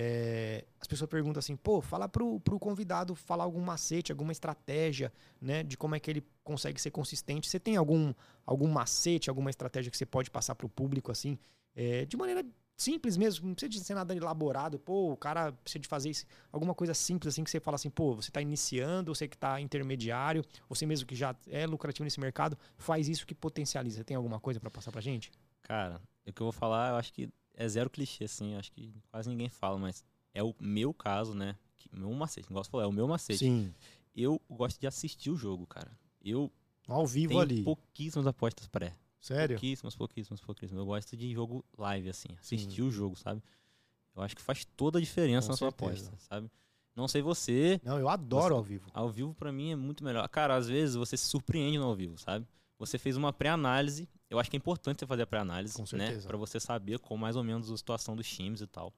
É, as pessoas perguntam assim, pô, fala pro, pro convidado falar algum macete, alguma estratégia, né? De como é que ele consegue ser consistente. Você tem algum, algum macete, alguma estratégia que você pode passar pro público, assim, é, de maneira simples mesmo, não precisa de ser nada elaborado. Pô, o cara precisa de fazer isso, alguma coisa simples, assim, que você fala assim, pô, você tá iniciando, você que tá intermediário, você mesmo que já é lucrativo nesse mercado, faz isso que potencializa. Tem alguma coisa pra passar pra gente? Cara, o que eu vou falar, eu acho que é zero clichê, assim. Eu acho que quase ninguém fala, mas é o meu caso, né? Que, meu macete, igual você falou, é o meu macete. Sim. Eu gosto de assistir o jogo, cara. Eu Ao vivo tenho ali. pouquíssimas apostas pré. Sério? Pouquíssimas, pouquíssimas, pouquíssimas. Eu gosto de jogo live, assim. Assistir Sim. o jogo, sabe? Eu acho que faz toda a diferença Com na sua certeza. aposta, sabe? Não sei você, Não, eu adoro Você- ao vivo. ao vivo pra mim é muito melhor. Cara, às vezes você se surpreende no ao vivo, sabe? Você fez uma pré-análise. Eu acho que é importante você fazer a pré-análise, Com né? certeza. Pra você saber como mais ou menos a situação dos times e tal.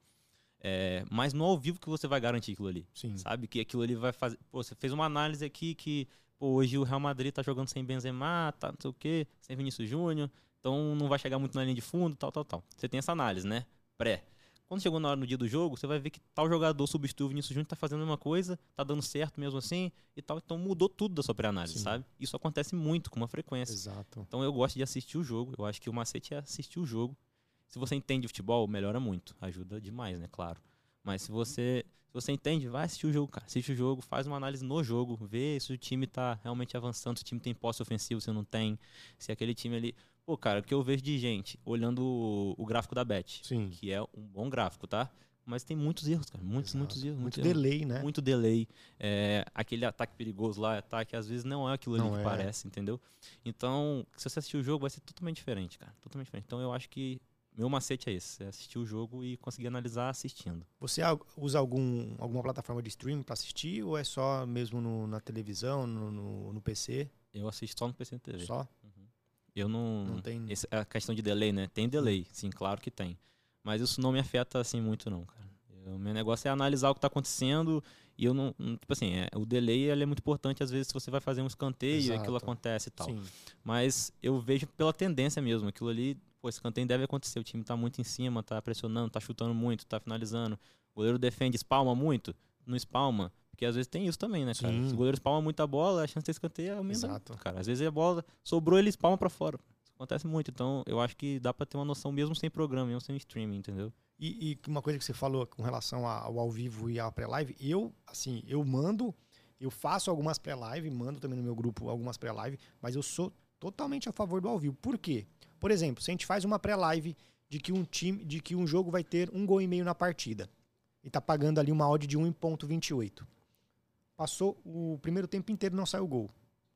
É, mas no ao vivo que você vai garantir aquilo ali. Sim. Sabe? Que aquilo ali vai fazer. Pô, você fez uma análise aqui que pô, hoje o Real Madrid tá jogando sem Benzema, tá não sei o quê, sem Vinícius Júnior, então não vai chegar muito na linha de fundo, tal, tal, tal. Você tem essa análise, né? Pré. Quando chegou na hora no dia do jogo, você vai ver que tal jogador substitui o Vinícius Júnior, tá fazendo a mesma coisa, tá dando certo mesmo assim e tal. Então mudou tudo da sua pré-análise, Sim. sabe? Isso acontece muito, com uma frequência. Exato. Então eu gosto de assistir o jogo. Eu acho que o macete é assistir o jogo. Se você entende de futebol, melhora muito. Ajuda demais, né? Claro. Mas se você, se você entende, vai assistir o jogo, cara. Assiste o jogo, faz uma análise no jogo, vê se o time tá realmente avançando, se o time tem posse ofensivo, se não tem, se aquele time ali. Pô, cara, o que eu vejo de gente olhando o, o gráfico da Bet, Sim. que é um bom gráfico, tá? Mas tem muitos erros, cara. Muitos, Exato. muitos erros. Muito muitos erros. delay, né? Muito delay. É, aquele ataque perigoso lá, ataque, às vezes não é aquilo ali Não que é. parece, entendeu? Então, se você assistir o jogo, vai ser totalmente diferente, cara. Totalmente diferente. Então, eu acho que meu macete é esse: é assistir o jogo e conseguir analisar assistindo. Você al- usa algum, alguma plataforma de streaming pra assistir ou é só mesmo no- na televisão, no, no, no P C? Eu assisto só no P C N T V. Só? Eu não. Não tem. Esse, a questão de delay, né? Tem delay, sim, claro que tem. Mas isso não me afeta assim muito, não, cara. O meu negócio é analisar o que tá acontecendo e eu não. não- Tipo assim, é, o delay ele é muito importante, às vezes, se você vai fazer um escanteio e aquilo Exato. acontece e tal. Sim. Mas eu vejo pela tendência mesmo. Aquilo ali, pô, esse escanteio deve acontecer. O time tá muito em cima, tá pressionando, tá chutando muito, tá finalizando. O goleiro defende, espalma muito, não espalma. Porque às vezes tem isso também, né, cara? Sim. Se o goleiro espalma muita bola, a chance de escanteio aumenta. Exato. muito, cara. Às vezes a bola sobrou, ele espalma pra fora. Isso acontece muito. Então eu acho que dá pra ter uma noção mesmo sem programa, mesmo sem streaming, entendeu? E, e uma coisa que você falou com relação a- ao ao vivo e à pré-live, eu, assim, eu mando, eu faço algumas pré-live, mando também no meu grupo algumas pré-live, mas eu sou totalmente a favor do ao vivo. Por quê? Por exemplo, se a gente faz uma pré-live de que um time, de que um jogo vai ter um gol e meio na partida e tá pagando ali uma odd de um ponto vinte e oito. Passou o primeiro tempo inteiro e não saiu gol.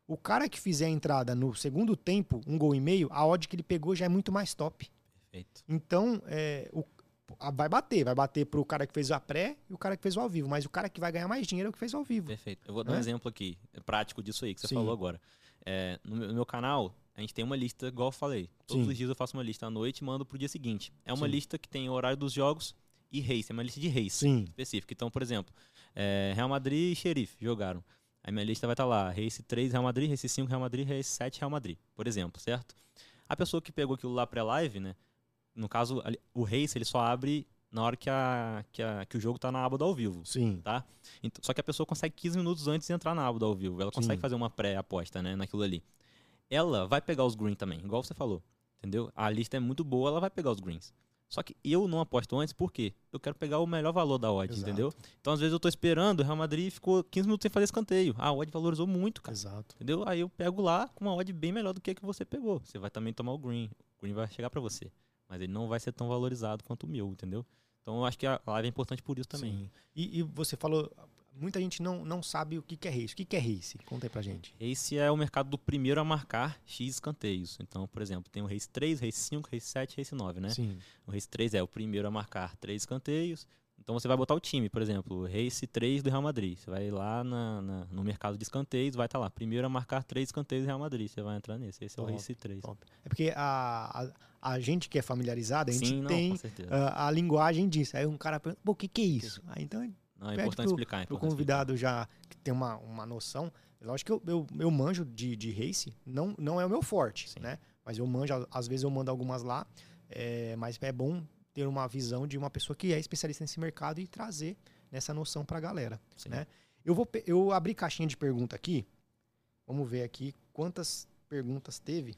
O cara que fizer a entrada no segundo tempo, um gol e meio, a odd que ele pegou já é muito mais top. Perfeito. Então, é, o, a, vai bater. Vai bater pro cara que fez a pré e o cara que fez o ao vivo. Mas o cara que vai ganhar mais dinheiro é o que fez ao vivo. Perfeito. Eu vou dar É? um exemplo aqui, prático disso aí que você Sim. falou agora. É, no, meu, no meu canal, a gente tem uma lista, igual eu falei. Todos Sim. os dias eu faço uma lista à noite e mando pro dia seguinte. É uma Sim. lista que tem o horário dos jogos e race. É uma lista de race Sim. específica. Então, por exemplo, é, Real Madrid e Xerife jogaram. A minha lista vai estar lá, Race três Real Madrid, Race cinco Real Madrid, Race sete Real Madrid, por exemplo, certo? A pessoa que pegou aquilo lá pré-live, né? No caso, o Race ele só abre na hora que, a, que, a, que o jogo tá na aba do ao vivo, Sim. tá? Então, só que a pessoa consegue quinze minutos antes de entrar na aba do ao vivo. Ela consegue Sim. fazer uma pré-aposta, né, naquilo ali. Ela vai pegar os green também, igual você falou, entendeu? A lista é muito boa, ela vai pegar os greens. Só que eu não aposto antes, por quê? Eu quero pegar o melhor valor da odd, Exato. entendeu? Então, às vezes, eu tô esperando, o Real Madrid ficou quinze minutos sem fazer escanteio. Ah, a odd valorizou muito, cara. Exato. Entendeu? Aí eu pego lá com uma odd bem melhor do que a que você pegou. Você vai também tomar o green. O green vai chegar pra você. Mas ele não vai ser tão valorizado quanto o meu, entendeu? Então, eu acho que a live é importante por isso também. Sim. E, e você falou, muita gente não, não sabe o que, que é race. O que, que é race? Conta aí pra gente. Esse é o mercado do primeiro a marcar X escanteios. Então, por exemplo, tem o Race três, Race cinco, Race sete, Race nove, né? Sim. O Race três é o primeiro a marcar três escanteios. Então você vai botar o time, por exemplo, o Race três do Real Madrid. Você vai lá na, na, no mercado de escanteios, vai estar lá, primeiro a marcar três escanteios do Real Madrid. Você vai entrar nesse. Esse é Top, o Race três. Top. É porque a, a, a gente que é familiarizado, a gente Sim, não, tem com certeza. a, a linguagem disso. Aí um cara pergunta, pô, o que, que é isso? Aí então Não, é pede importante pro- explicar. É pro importante convidado já que tem uma, uma noção. Lógico que eu, eu, eu manjo de, de race, não, não é o meu forte, Sim. né? Mas eu manjo, às vezes eu mando algumas lá, é, mas é bom ter uma visão de uma pessoa que é especialista nesse mercado e trazer nessa noção pra galera, Sim. né? Eu, vou, pe- eu abri caixinha de pergunta aqui, vamos ver aqui quantas perguntas teve,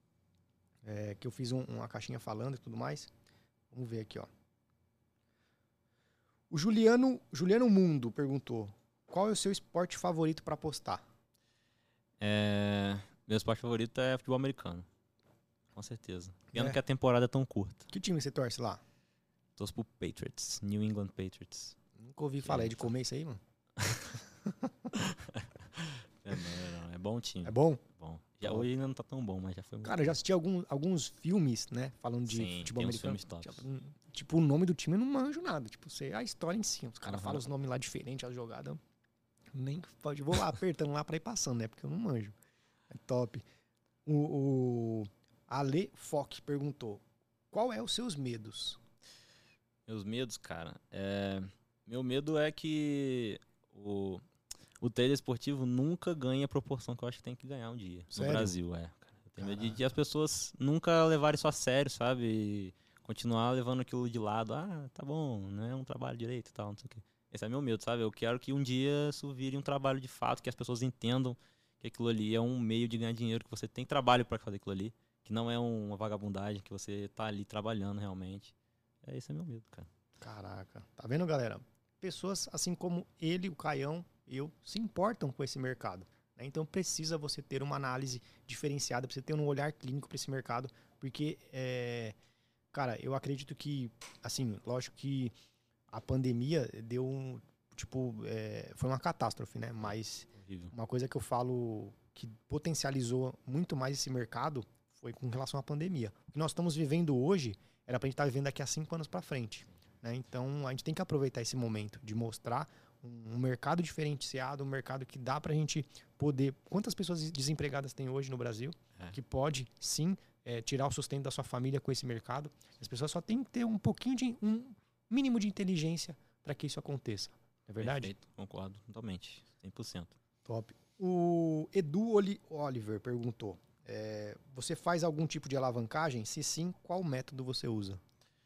é, que eu fiz um- uma caixinha falando e tudo mais. Vamos ver aqui, ó. O Juliano, Juliano Mundo perguntou: qual é o seu esporte favorito pra apostar? É, meu esporte favorito é futebol americano. Com certeza. Pena É. que a temporada é tão curta. Que time você torce lá? Torço pro Patriots, New England Patriots. Nunca ouvi falar. É de comer isso aí, mano? É, não, não, é bom time. É bom? Bom. Já, Top. hoje ainda não tá tão bom, mas já foi muito Cara, eu já assisti algum, alguns filmes, né? Falando de Sim, futebol tem uns americano. filmes tops. Tipo, hum, tipo, o nome do time eu não manjo nada. Tipo, sei a história em si. Os caras Aham. falam os nomes lá diferentes, as jogadas. Nem pode. Vou lá apertando lá pra ir passando, né? Porque eu não manjo. É top. O, o Ale Fock perguntou: qual é os seus medos? Meus medos, cara. É... Meu medo é que o, o trader esportivo nunca ganhe a proporção que eu acho que tem que ganhar um dia. Sério? No Brasil, é. Cara. Eu tenho medo de, de Caraca. as pessoas nunca levarem isso a sério, sabe? E continuar levando aquilo de lado. Ah, tá bom, não é um trabalho direito e tal, não sei o quê. Esse é meu medo, sabe? Eu quero que um dia isso vire um trabalho de fato, que as pessoas entendam que aquilo ali é um meio de ganhar dinheiro, que você tem trabalho para fazer aquilo ali, que não é um- uma vagabundagem, que você tá ali trabalhando realmente. É, esse é meu medo, cara. Caraca. Tá vendo, galera? Pessoas assim como ele, o Caião, eu, se importam com esse mercado, né? Então precisa você ter uma análise diferenciada, precisa ter um olhar clínico para esse mercado, porque, é, cara, eu acredito que, assim, lógico que a pandemia deu um, tipo, é, foi uma catástrofe, né? Mas Horrível. uma coisa que eu falo que potencializou muito mais esse mercado foi com relação à pandemia. O que nós estamos vivendo hoje era pra gente estar vivendo daqui a cinco anos para frente, né? Então a gente tem que aproveitar esse momento de mostrar um, um mercado diferenciado, um mercado que dá pra gente poder... Quantas pessoas desempregadas tem hoje no Brasil É. que pode, sim, é, tirar o sustento da sua família com esse mercado? As pessoas só têm que ter um pouquinho de... um mínimo de inteligência para que isso aconteça. Não é verdade? Perfeito, concordo totalmente, cem por cento. Top. O Edu Oli- Oliver perguntou: é, você faz algum tipo de alavancagem? Se sim, qual método você usa?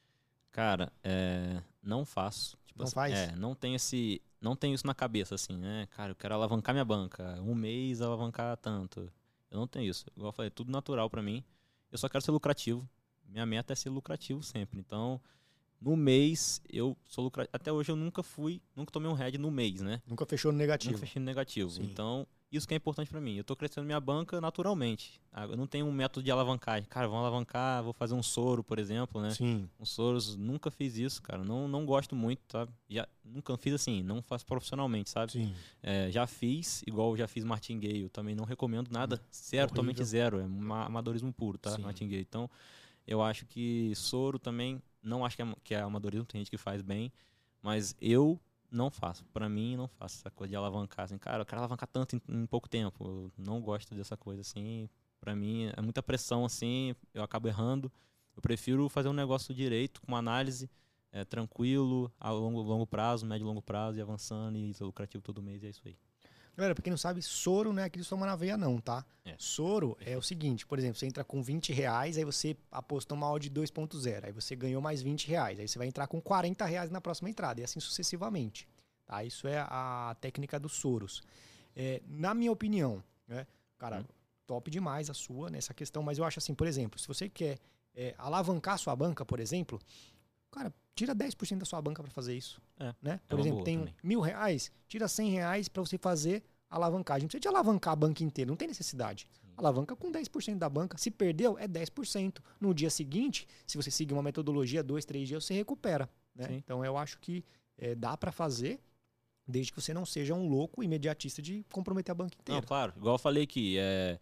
Cara, é, não faço. Tipo Não assim, faz? É, não tenho esse, não tenho isso na cabeça assim, né? Cara, eu quero alavancar minha banca, um mês alavancar tanto. Eu não tenho isso. Igual eu falei, tudo natural pra mim. Eu só quero ser lucrativo. Minha meta é ser lucrativo sempre. Então, no mês eu sou lucrativo. Até hoje eu nunca fui, nunca tomei um head no mês, né? Nunca fechou no negativo. Nunca fechei no negativo. Sim. Então, isso que é importante para mim. Eu tô crescendo minha banca naturalmente. Ah, eu não tenho um método de alavancagem. Cara, vamos alavancar, vou fazer um soro, por exemplo, né? Sim. Um soros, nunca fiz isso, cara. Não, não gosto muito, sabe? Já, nunca fiz assim, não faço profissionalmente, sabe? Sim. É, já fiz, igual já fiz martingale. Eu também não recomendo nada. Zero, totalmente zero. É um amadorismo puro, tá? Sim. Martingale. Então, eu acho que soro também, não acho que é, que é amadorismo, tem gente que faz bem. Mas eu não faço. Pra mim, não faço essa coisa de alavancar. Assim, cara, eu quero alavancar tanto em, em pouco tempo. Eu não gosto dessa coisa, assim. Pra mim, é muita pressão, assim. Eu acabo errando. Eu prefiro fazer um negócio direito, com uma análise é, tranquilo, a longo, longo prazo, médio e longo prazo, e avançando, e ser lucrativo todo mês, e é isso aí. Galera, pra quem não sabe, soro não é aquele que toma na veia, não, tá? É. Soro é o seguinte, por exemplo, você entra com vinte reais, aí você apostou uma odd dois ponto zero, aí você ganhou mais vinte reais, aí você vai entrar com quarenta reais na próxima entrada, e assim sucessivamente. Tá? Isso é a técnica dos soros. É, na minha opinião, né, cara, hum. top demais a sua nessa questão, mas eu acho assim, por exemplo, se você quer é, alavancar a sua banca, por exemplo, cara, tira dez por cento da sua banca para fazer isso. É, né? é Por exemplo, tem também. mil reais, tira cem reais para você fazer alavancagem. Não precisa de alavancar a banca inteira, não tem necessidade. Sim. Alavanca com dez por cento da banca. Se perdeu, é dez por cento. No dia seguinte, se você seguir uma metodologia, dois, três dias, você recupera. Né? Então eu acho que é, dá para fazer, desde que você não seja um louco imediatista de comprometer a banca inteira. Não, claro. Igual eu falei aqui, é,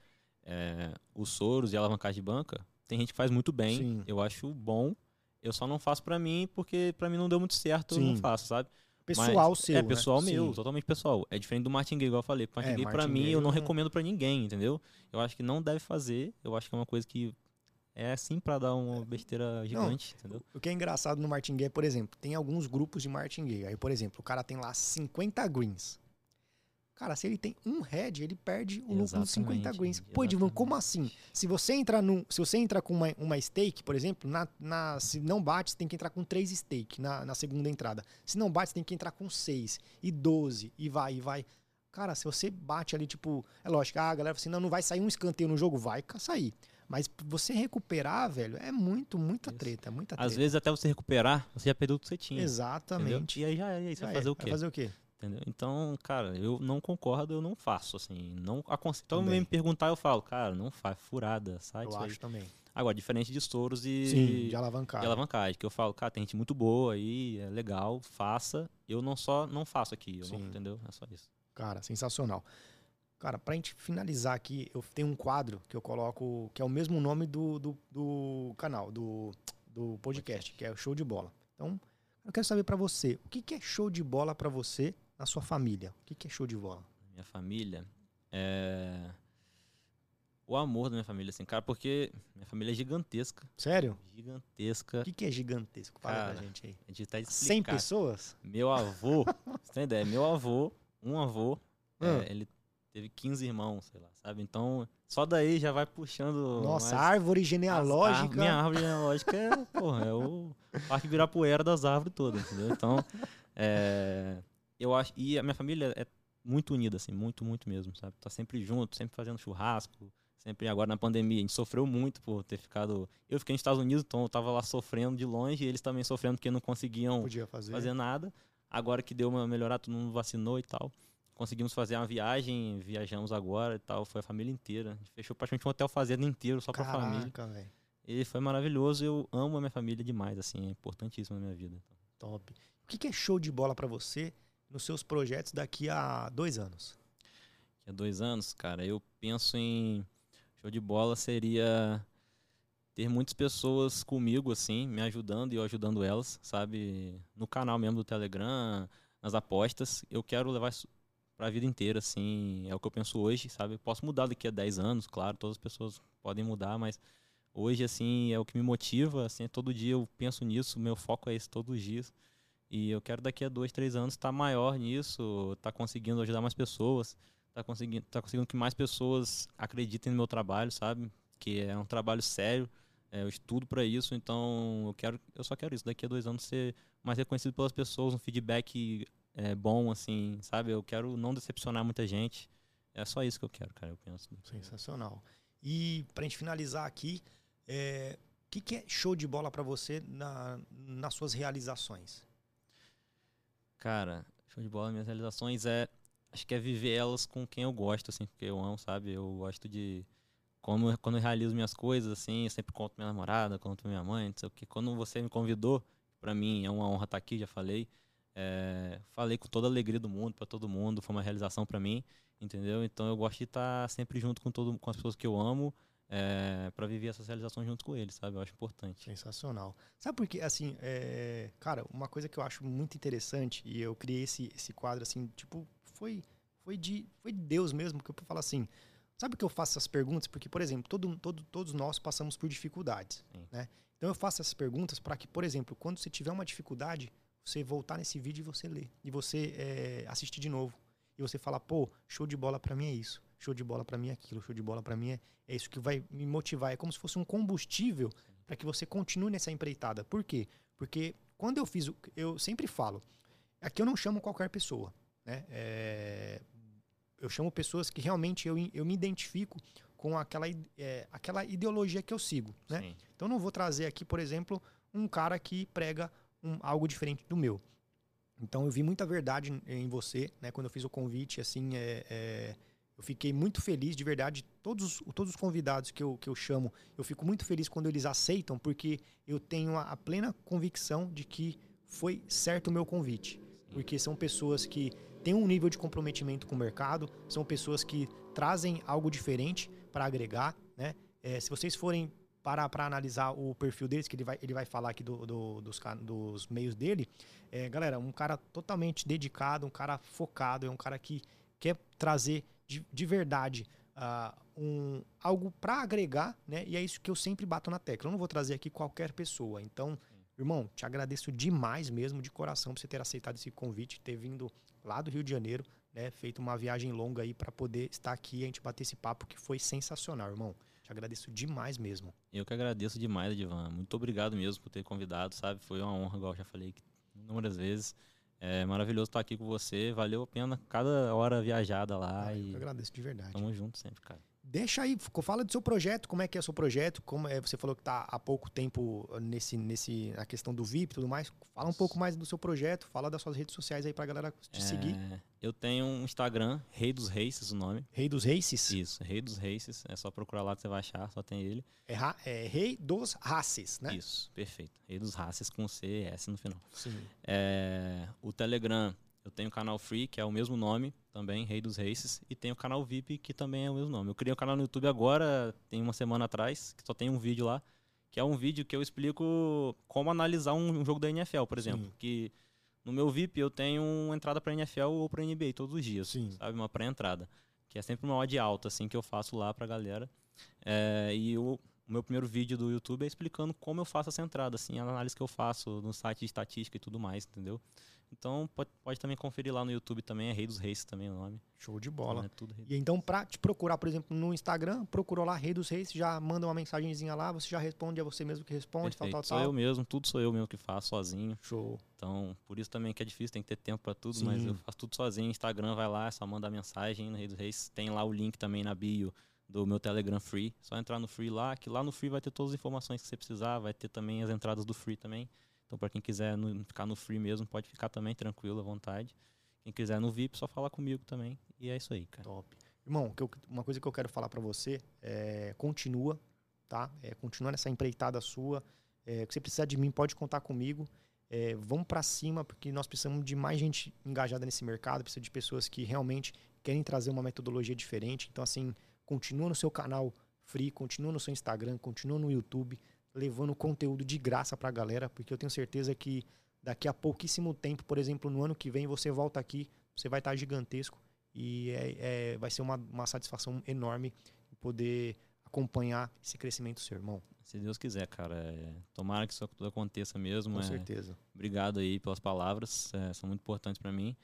é, os soros e alavancagem de banca, tem gente que faz muito bem. Sim. Eu acho bom. Eu só não faço pra mim, porque pra mim não deu muito certo, Sim. eu não faço, sabe? Pessoal Mas, seu, É, pessoal né? meu, Sim. totalmente pessoal. É diferente do martingale, igual eu falei. Martingale, é, pra mim, eu não recomendo pra ninguém, entendeu? Eu acho que não deve fazer. Eu acho que é uma coisa que é assim pra dar uma besteira gigante, não, entendeu? O que é engraçado no martingale, por exemplo, tem alguns grupos de martingale. Aí, por exemplo, o cara tem lá cinquenta greens. Cara, se ele tem um head, ele perde o lucro dos cinquenta greens. Pô, Edivan, como assim? Se você entrar num, se você entrar com uma, uma stake, por exemplo, na, na, se não bate, você tem que entrar com três stake na, na segunda entrada. Se não bate, você tem que entrar com seis e doze e vai, e vai. Cara, se você bate ali, tipo... É lógico, ah, a galera fala assim, não, não vai sair um escanteio no jogo. Vai sair. Mas você recuperar, velho, é muito, muita Isso. treta, muita treta. Às vezes, até você recuperar, você já perdeu o que você tinha. Exatamente. Entendeu? E aí, já, aí você vai fazer é. o quê? Vai fazer o quê? Entendeu? Então, cara, eu não concordo, eu não faço, assim, não aconselho. Então, me perguntar, eu falo, cara, não faz, furada, sai Eu disso acho aí. também. Agora, diferente de soros e Sim, de alavancagem. de alavancagem, que eu falo, cara, tem gente muito boa aí, é legal, faça. Eu não só não faço aqui, eu não, entendeu? É só isso. Cara, sensacional. Cara, pra gente finalizar aqui, eu tenho um quadro que eu coloco, que é o mesmo nome do, do, do canal, do, do podcast, que é o Show de Bola. Então, eu quero saber pra você, o que, que é show de bola pra você na sua família? O que, que é show de bola? Minha família é... O amor da minha família, assim, cara, porque minha família é gigantesca. Sério? Gigantesca. O que, que é gigantesco? Fala cara, pra gente aí. A gente tá explicando. cem pessoas? Meu avô, você tem ideia? Meu avô, um avô, hum. é, ele teve quinze irmãos, sei lá, sabe? Então, só daí já vai puxando... Nossa, mais... árvore genealógica... A minha árvore genealógica é, porra, é o Parque Ibirapuera das árvores todas, entendeu? Então, é, eu acho... E a minha família é muito unida, assim, muito, muito mesmo, sabe? Tá sempre junto, sempre fazendo churrasco, sempre agora na pandemia. A gente sofreu muito por ter ficado... Eu fiquei nos Estados Unidos, então eu tava lá sofrendo de longe, e eles também sofrendo porque não conseguiam Podia fazer. fazer nada. Agora que deu uma melhorada, todo mundo vacinou e tal. Conseguimos fazer uma viagem, viajamos agora e tal, foi a família inteira. A gente fechou praticamente um hotel fazenda inteiro só pra Caraca, família. Véio. E foi maravilhoso, eu amo a minha família demais, assim, é importantíssimo na minha vida. Top. O que é show de bola pra você nos seus projetos daqui a dois anos? Daqui a dois anos, cara, eu penso em... Show de bola seria ter muitas pessoas comigo, assim, me ajudando e eu ajudando elas, sabe? No canal mesmo do Telegram, nas apostas. Eu quero levar isso para a vida inteira, assim, é o que eu penso hoje, sabe? Eu posso mudar daqui a dez anos, claro, todas as pessoas podem mudar, mas hoje, assim, é o que me motiva, assim, todo dia eu penso nisso, meu foco é esse todos os dias. E eu quero daqui a dois, três anos estar maior nisso, estar conseguindo ajudar mais pessoas, estar conseguindo, tá conseguindo que mais pessoas acreditem no meu trabalho, sabe? Que é um trabalho sério, é, eu estudo para isso, então eu quero, eu só quero isso, daqui a dois anos ser mais reconhecido pelas pessoas, um feedback é, bom, assim, sabe? Eu quero não decepcionar muita gente, é só isso que eu quero, cara, eu penso. Sensacional. E pra gente finalizar aqui, é, o que, que é show de bola para você na, nas suas realizações? Cara, show de bola, minhas realizações é Acho que é viver elas com quem eu gosto, assim, porque eu amo, sabe? Eu gosto de... Como, quando eu realizo minhas coisas, assim, eu sempre conto pra minha namorada, conto pra minha mãe, não sei o quê. Quando você me convidou, pra mim é uma honra estar aqui, já falei. É, falei com toda a alegria do mundo, pra todo mundo, foi uma realização pra mim, entendeu? Então eu gosto de estar sempre junto com, todo, com as pessoas que eu amo, é, pra viver essas realizações junto com eles, sabe? Eu acho importante. Sensacional. Sabe por quê? Assim, é... cara, uma coisa que eu acho muito interessante, e eu criei esse, esse quadro, assim, tipo, foi, foi, de, foi de Deus mesmo, que eu falo assim, sabe que eu faço essas perguntas? Porque, por exemplo, todo, todo, todos nós passamos por dificuldades, né? Então eu faço essas perguntas para que, por exemplo, quando você tiver uma dificuldade, você voltar nesse vídeo e você ler. E você é, assistir de novo. E você falar, pô, show de bola pra mim é isso. Show de bola pra mim é aquilo. Show de bola pra mim é, é isso que vai me motivar. É como se fosse um combustível para que você continue nessa empreitada. Por quê? Porque quando eu fiz, o, eu sempre falo, aqui eu não chamo qualquer pessoa, né? É, eu chamo pessoas que realmente eu, eu me identifico com aquela, é, aquela ideologia que eu sigo, né? Sim. Então eu não vou trazer aqui, por exemplo, um cara que prega um, algo diferente do meu. Então eu vi muita verdade em, em você, né? Quando eu fiz o convite, assim, é, é, eu fiquei muito feliz, de verdade. Todos, todos os convidados que eu, que eu chamo, eu fico muito feliz quando eles aceitam, porque eu tenho a, a plena convicção de que foi certo o meu convite. Sim. Porque são pessoas que têm um nível de comprometimento com o mercado, são pessoas que trazem algo diferente para agregar, né? É, se vocês forem para, para analisar o perfil deles, que ele vai, ele vai falar aqui do, do, dos, dos meios dele, é, galera, um cara totalmente dedicado, um cara focado, é um cara que quer trazer de, de verdade uh, um, algo para agregar, né? E é isso que eu sempre bato na tecla. Eu não vou trazer aqui qualquer pessoa. Então, irmão, te agradeço demais mesmo, de coração, por você ter aceitado esse convite, ter vindo lá do Rio de Janeiro, né? Feito uma viagem longa aí para poder estar aqui e a gente bater esse papo, que foi sensacional, irmão. Te agradeço demais mesmo. Eu que agradeço demais, Edivan. Muito obrigado mesmo por ter convidado, sabe? Foi uma honra, igual eu já falei inúmeras vezes. É maravilhoso estar aqui com você. Valeu a pena cada hora viajada lá. Ah, e eu que agradeço de verdade. Tamo junto sempre, cara. Deixa aí, fala do seu projeto, como é que é o seu projeto, como é, você falou que está há pouco tempo nesse, nesse, na questão do V I P e tudo mais. Fala um pouco mais do seu projeto, fala das suas redes sociais aí pra galera te é, seguir. Eu tenho um Instagram, Rei dos Races, o nome. Rei dos Races? Isso, Rei dos Races. É só procurar lá que você vai achar, só tem ele. É, é Rei dos Races, né? Isso, perfeito. Rei dos Races com C e S no final. Sim. É, o Telegram, eu tenho o canal Free, que é o mesmo nome, também, Rei dos Races, e tem o canal V I P, que também é o mesmo nome. Eu criei um canal no YouTube agora, tem uma semana atrás, que só tem um vídeo lá, que é um vídeo que eu explico como analisar um, um jogo da N F L, por exemplo. Sim. Que no meu V I P eu tenho uma entrada para N F L ou para N B A todos os dias, Sim. sabe? Uma pré-entrada, que é sempre uma odd alta, assim, que eu faço lá pra galera. É, e o, o meu primeiro vídeo do YouTube é explicando como eu faço essa entrada, assim, a análise que eu faço no site de estatística e tudo mais, entendeu? Então pode, pode também conferir lá no YouTube também, é Rei dos Reis também o nome. Show de bola. Então, é tudo e então pra te procurar, por exemplo, no Instagram, procurou lá Rei dos Reis, já manda uma mensagenzinha lá, você já responde, é você mesmo que responde, Perfeito. tal, tal, sou tal. eu mesmo, tudo sou eu mesmo que faço sozinho. Show. Então, por isso também que é difícil, tem que ter tempo pra tudo, Sim. mas eu faço tudo sozinho. Instagram vai lá, é só mandar mensagem no Rei dos Reis. Tem lá o link também na bio do meu Telegram Free. Só entrar no Free lá, que lá no Free vai ter todas as informações que você precisar, vai ter também as entradas do Free também. Então, para quem quiser no, ficar no Free mesmo, pode ficar também tranquilo, à vontade. Quem quiser no V I P, só falar comigo também. E é isso aí, cara. Top. Irmão, que eu, uma coisa que eu quero falar para você é continua, tá? É, continua nessa empreitada sua. É, que você precisar de mim, pode contar comigo. É, vamos para cima, porque nós precisamos de mais gente engajada nesse mercado. Precisa de pessoas que realmente querem trazer uma metodologia diferente. Então, assim, continua no seu canal Free, continua no seu Instagram, continua no YouTube, levando conteúdo de graça pra galera, porque eu tenho certeza que daqui a pouquíssimo tempo, por exemplo, no ano que vem, você volta aqui, você vai estar gigantesco e é, é, vai ser uma, uma satisfação enorme poder acompanhar esse crescimento seu, irmão. Se Deus quiser, cara. É, tomara que isso tudo aconteça mesmo. Com é, certeza. Obrigado aí pelas palavras, é, são muito importantes pra mim.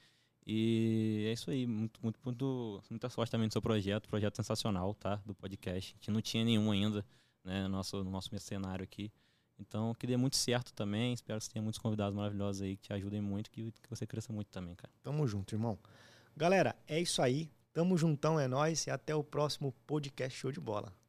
E é isso aí, muito, muito, muito, muita sorte também no seu projeto, projeto sensacional, tá? Do podcast. A gente não tinha nenhum ainda, né, no nosso, no nosso cenário aqui. Então, que dê muito certo também. Espero que você tenha muitos convidados maravilhosos aí que te ajudem muito, que, que você cresça muito também, cara. Tamo junto, irmão. Galera, é isso aí. Tamo juntão, é nóis. E até o próximo podcast Show de Bola.